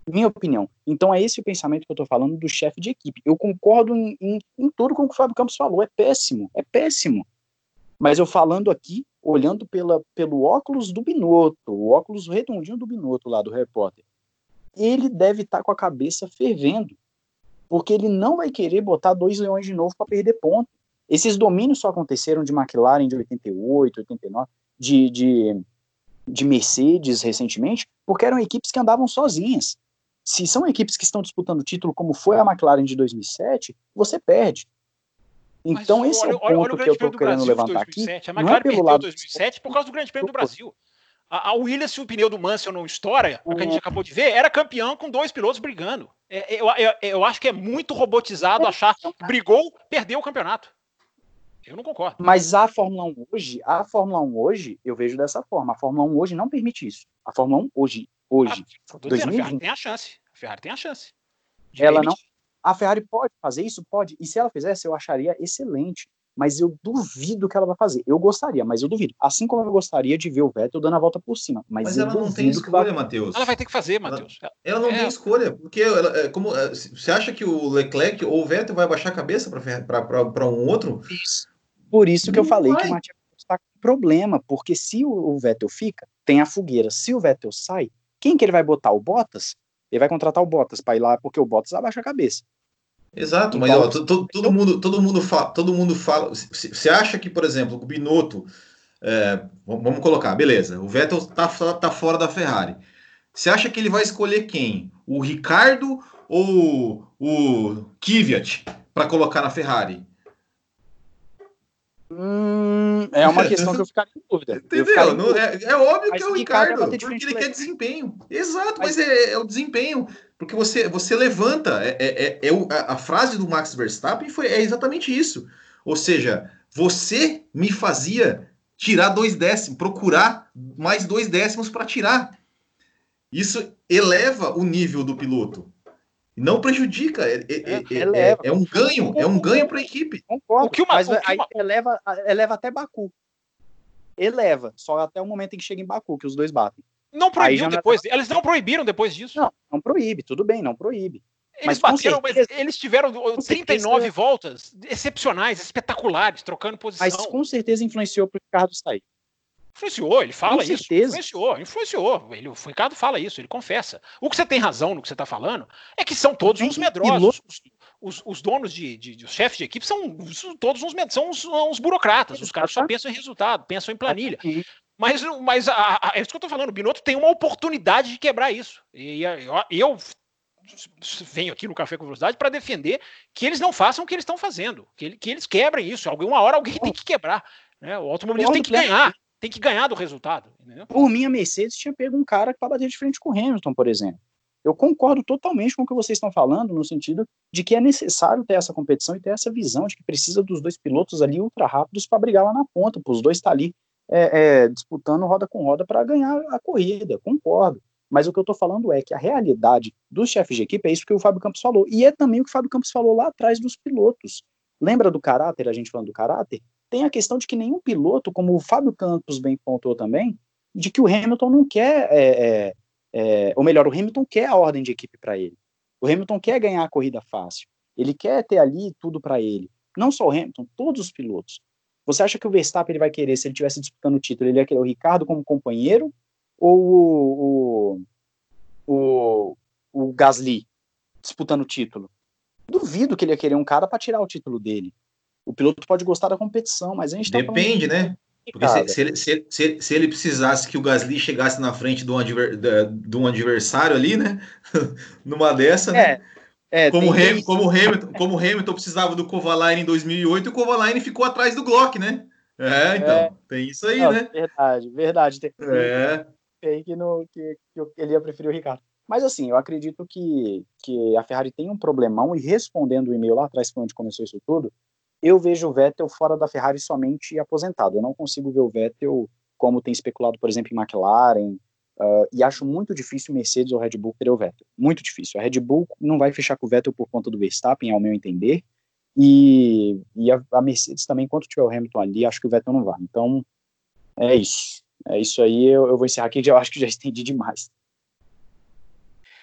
Minha opinião. Então é esse o pensamento que eu estou falando do chefe de equipe. Eu concordo em tudo com o que o Fábio Campos falou. É péssimo. Mas eu falando aqui, olhando pelo óculos do Binotto, o óculos redondinho do Binotto lá do Harry Potter, ele deve estar com a cabeça fervendo, porque ele não vai querer botar 2 leões de novo para perder ponto. Esses domínios só aconteceram de McLaren de 88, 89, de Mercedes recentemente, porque eram equipes que andavam sozinhas. Se são equipes que estão disputando o título, como foi a McLaren de 2007, você perde. Então esse é o ponto que eu estou querendo levantar aqui. A McLaren perdeu 2007 por causa do Grande Prêmio do Brasil. A Williams, se o pneu do Mansell não estoura, que a gente acabou de ver, era campeão com 2 pilotos brigando. Eu acho que é muito robotizado achar que brigou, perdeu o campeonato. Eu não concordo. Mas a Fórmula 1 hoje, eu vejo dessa forma. A Fórmula 1 hoje não permite isso. A Fórmula 1 hoje, 2020, a Ferrari tem a chance. A Ferrari tem a chance. Ela não. A Ferrari pode fazer isso? Pode. E se ela fizesse, eu acharia excelente. Mas eu duvido que ela vai fazer. Eu gostaria, mas eu duvido. Assim como eu gostaria de ver o Vettel dando a volta por cima. Mas ela não tem escolha, Matheus. Ela vai ter que fazer, Matheus. Ela não tem escolha. Porque você acha que o Leclerc ou o Vettel vai baixar a cabeça para um outro? Isso. Por isso que eu falei que o Matheus está com problema. Porque se o Vettel fica, tem a fogueira. Se o Vettel sai, quem que ele vai botar? O Bottas? Ele vai contratar o Bottas para ir lá, porque o Bottas abaixa a cabeça. Exato, então, mas ó, todo mundo fala. Você acha que, por exemplo, o Binotto, vamos colocar, beleza, o Vettel tá fora da Ferrari. Você acha que ele vai escolher quem? O Ricardo ou o Kvyat para colocar na Ferrari? É uma questão que eu ficaria em dúvida. Entendeu? É óbvio que é o Ricardo, porque ele quer desempenho. Exato, mas é o desempenho. Porque você levanta. A frase do Max Verstappen é exatamente isso. Ou seja, você me fazia tirar 2 décimos, procurar mais 2 décimos para tirar. Isso eleva o nível do piloto. Não prejudica, é um ganho para a equipe. Concordo, eleva até Baku. Eleva, só até o momento em que chega em Baku, que os dois batem. Não proibiu depois, eles não proibiram depois disso. Não proíbe, tudo bem, não proíbe. Eles bateram, mas eles tiveram 39 voltas excepcionais, espetaculares, trocando posição. Mas com certeza influenciou para o Ricardo sair. Influenciou, ele fala isso. Influenciou. O Ricardo fala isso, ele confessa. O que você tem razão no que você está falando é que são todos uns medrosos. Os donos os chefes de equipe são todos uns burocratas. Os caras só pensam em resultado, pensam em planilha. Mas é isso que eu estou falando. O Binotto tem uma oportunidade de quebrar isso. E eu venho aqui no Café com Velocidade para defender que eles não façam o que eles estão fazendo, que eles quebrem isso. Uma hora alguém tem que quebrar. Né? O automobilismo tem que ganhar. Tem que ganhar do resultado. Entendeu? Por mim, a Mercedes tinha pego um cara para bater de frente com o Hamilton, por exemplo. Eu concordo totalmente com o que vocês estão falando, no sentido de que é necessário ter essa competição e ter essa visão de que precisa dos 2 pilotos ali ultra rápidos para brigar lá na ponta, para os dois estar ali disputando roda com roda para ganhar a corrida. Concordo. Mas o que eu estou falando é que a realidade dos chefes de equipe é isso que o Fábio Campos falou. E é também o que o Fábio Campos falou lá atrás dos pilotos. Lembra do caráter, a gente falando do caráter? Tem a questão de que nenhum piloto, como o Fábio Campos bem pontuou também, de que o Hamilton não quer, ou melhor, o Hamilton quer a ordem de equipe para ele. O Hamilton quer ganhar a corrida fácil. Ele quer ter ali tudo para ele. Não só o Hamilton, todos os pilotos. Você acha que o Verstappen ele vai querer, se ele estivesse disputando o título, ele ia querer o Ricardo como companheiro ou o Gasly disputando o título? Duvido que ele ia querer um cara para tirar o título dele. O piloto pode gostar da competição, mas a gente tá depende, né? Porque se ele precisasse que o Gasly chegasse na frente de um adversário ali, né? Numa dessa, né? Como o Hamilton precisava do Kovalainen em 2008, e o Kovalainen ficou atrás do Glock, né? Então, tem isso aí, né? Verdade. Tem que ele ia preferir o Ricardo. Mas assim, eu acredito que a Ferrari tem um problemão, e respondendo o e-mail lá atrás, que foi onde começou isso tudo, eu vejo o Vettel fora da Ferrari somente aposentado. Eu não consigo ver o Vettel como tem especulado, por exemplo, em McLaren, e acho muito difícil Mercedes ou Red Bull querer o Vettel. Muito difícil. A Red Bull não vai fechar com o Vettel por conta do Verstappen, ao meu entender, e a Mercedes também, enquanto tiver o Hamilton ali, acho que o Vettel não vai. Então, é isso. É isso aí, eu vou encerrar aqui, que eu acho que já estendi demais.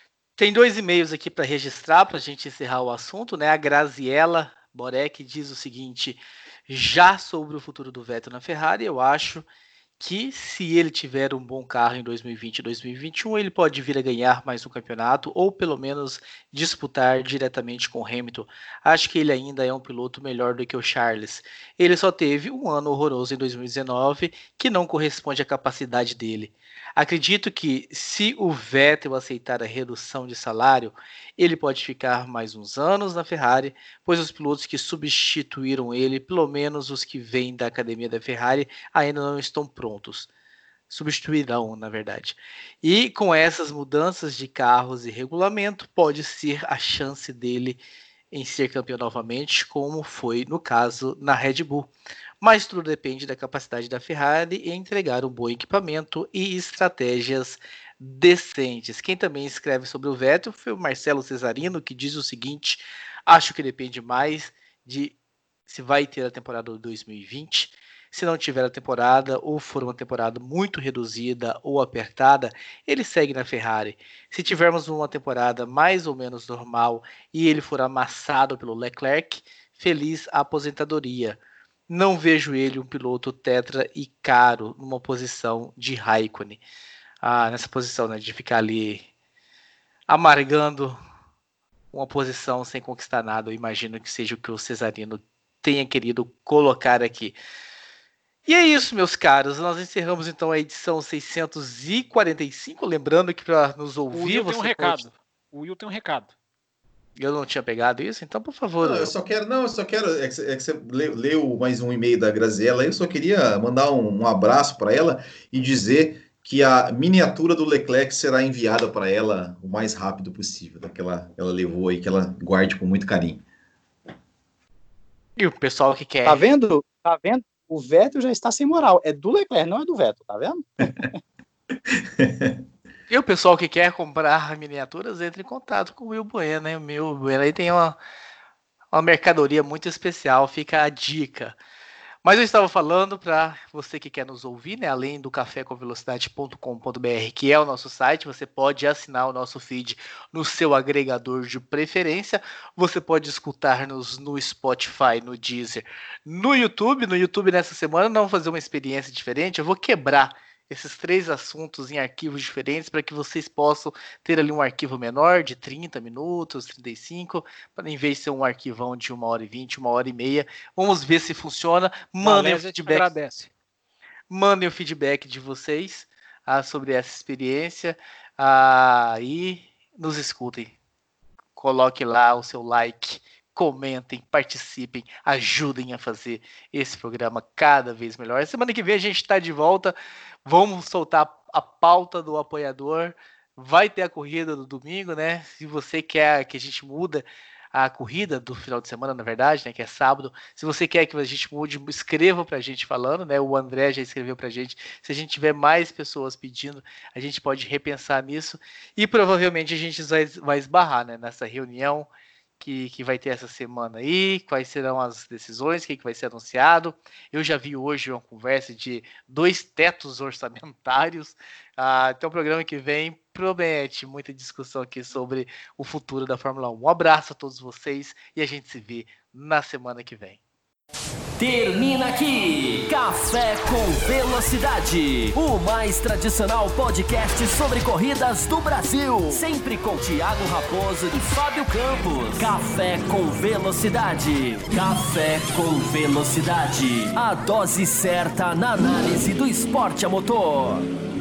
Tem 2 e-mails aqui para registrar, para a gente encerrar o assunto, né? A Graziella Borek diz o seguinte: já sobre o futuro do Vettel na Ferrari, eu acho que se ele tiver um bom carro em 2020 e 2021, ele pode vir a ganhar mais um campeonato ou pelo menos disputar diretamente com Hamilton. Acho que ele ainda é um piloto melhor do que o Charles. Ele só teve um ano horroroso em 2019 que não corresponde à capacidade dele. Acredito que se o Vettel aceitar a redução de salário, ele pode ficar mais uns anos na Ferrari, pois os pilotos que substituíram ele, pelo menos os que vêm da academia da Ferrari, ainda não estão prontos. Substituirão, na verdade. E com essas mudanças de carros e regulamento, pode ser a chance dele em ser campeão novamente, como foi no caso na Red Bull. Mas tudo depende da capacidade da Ferrari em entregar um bom equipamento e estratégias decentes. Quem também escreve sobre o Vettel foi o Marcelo Cesarino, que diz o seguinte: acho que depende mais de se vai ter a temporada de 2020. Se não tiver a temporada, ou for uma temporada muito reduzida ou apertada, ele segue na Ferrari. Se tivermos uma temporada mais ou menos normal e ele for amassado pelo Leclerc, feliz a aposentadoria. Não vejo ele um piloto tetra e caro numa posição de Raikkonen. Nessa posição, né, de ficar ali amargando uma posição sem conquistar nada. Eu imagino que seja o que o Cesarino tenha querido colocar aqui. E é isso, meus caros. Nós encerramos então a edição 645. Lembrando que para nos ouvir... O Will tem um recado. O Will tem um recado. Eu não tinha pegado isso, então, por favor. Eu só quero. É que você leu mais um e-mail da Graziella. Eu só queria mandar um abraço para ela e dizer que a miniatura do Leclerc será enviada para ela o mais rápido possível, daquela ela levou aí, que ela guarde com muito carinho. E o pessoal que quer. Tá vendo? O Vettel já está sem moral. É do Leclerc, não é do Vettel, tá vendo? E o pessoal que quer comprar miniaturas, entre em contato com o Will Bueno, né? O Will Bueno aí tem uma mercadoria muito especial, fica a dica. Mas eu estava falando para você que quer nos ouvir, né? Além do cafécomvelocidade.com.br, que é o nosso site, você pode assinar o nosso feed no seu agregador de preferência. Você pode escutar-nos no Spotify, no Deezer, no YouTube. No YouTube, nessa semana, nós vamos fazer uma experiência diferente. Eu vou quebrar esses 3 assuntos em arquivos diferentes para que vocês possam ter ali um arquivo menor de 30 minutos, 35, para em vez de ser um arquivão de 1h20, 1h30. Vamos ver se funciona. Mandem o feedback. Mandem o feedback de vocês sobre essa experiência e nos escutem. Coloque lá o seu like, comentem, participem, ajudem a fazer esse programa cada vez melhor. Semana que vem a gente está de volta. Vamos soltar a pauta do apoiador. Vai ter a corrida do domingo, né? Se você quer que a gente mude a corrida do final de semana, na verdade, né? Que é sábado. Se você quer que a gente mude, escreva pra gente falando, né? O André já escreveu pra gente. Se a gente tiver mais pessoas pedindo, a gente pode repensar nisso. E provavelmente a gente vai esbarrar, né? Nessa reunião que vai ter essa semana aí, quais serão as decisões, o que vai ser anunciado. Eu já vi hoje uma conversa de 2 tetos orçamentários. Então o programa que vem promete muita discussão aqui sobre o futuro da Fórmula 1. Um abraço a todos vocês e a gente se vê na semana que vem. Termina aqui Café com Velocidade, o mais tradicional podcast sobre corridas do Brasil, sempre com Thiago Raposo e Fábio Campos. Café com Velocidade. Café com Velocidade, a dose certa na análise do esporte a motor.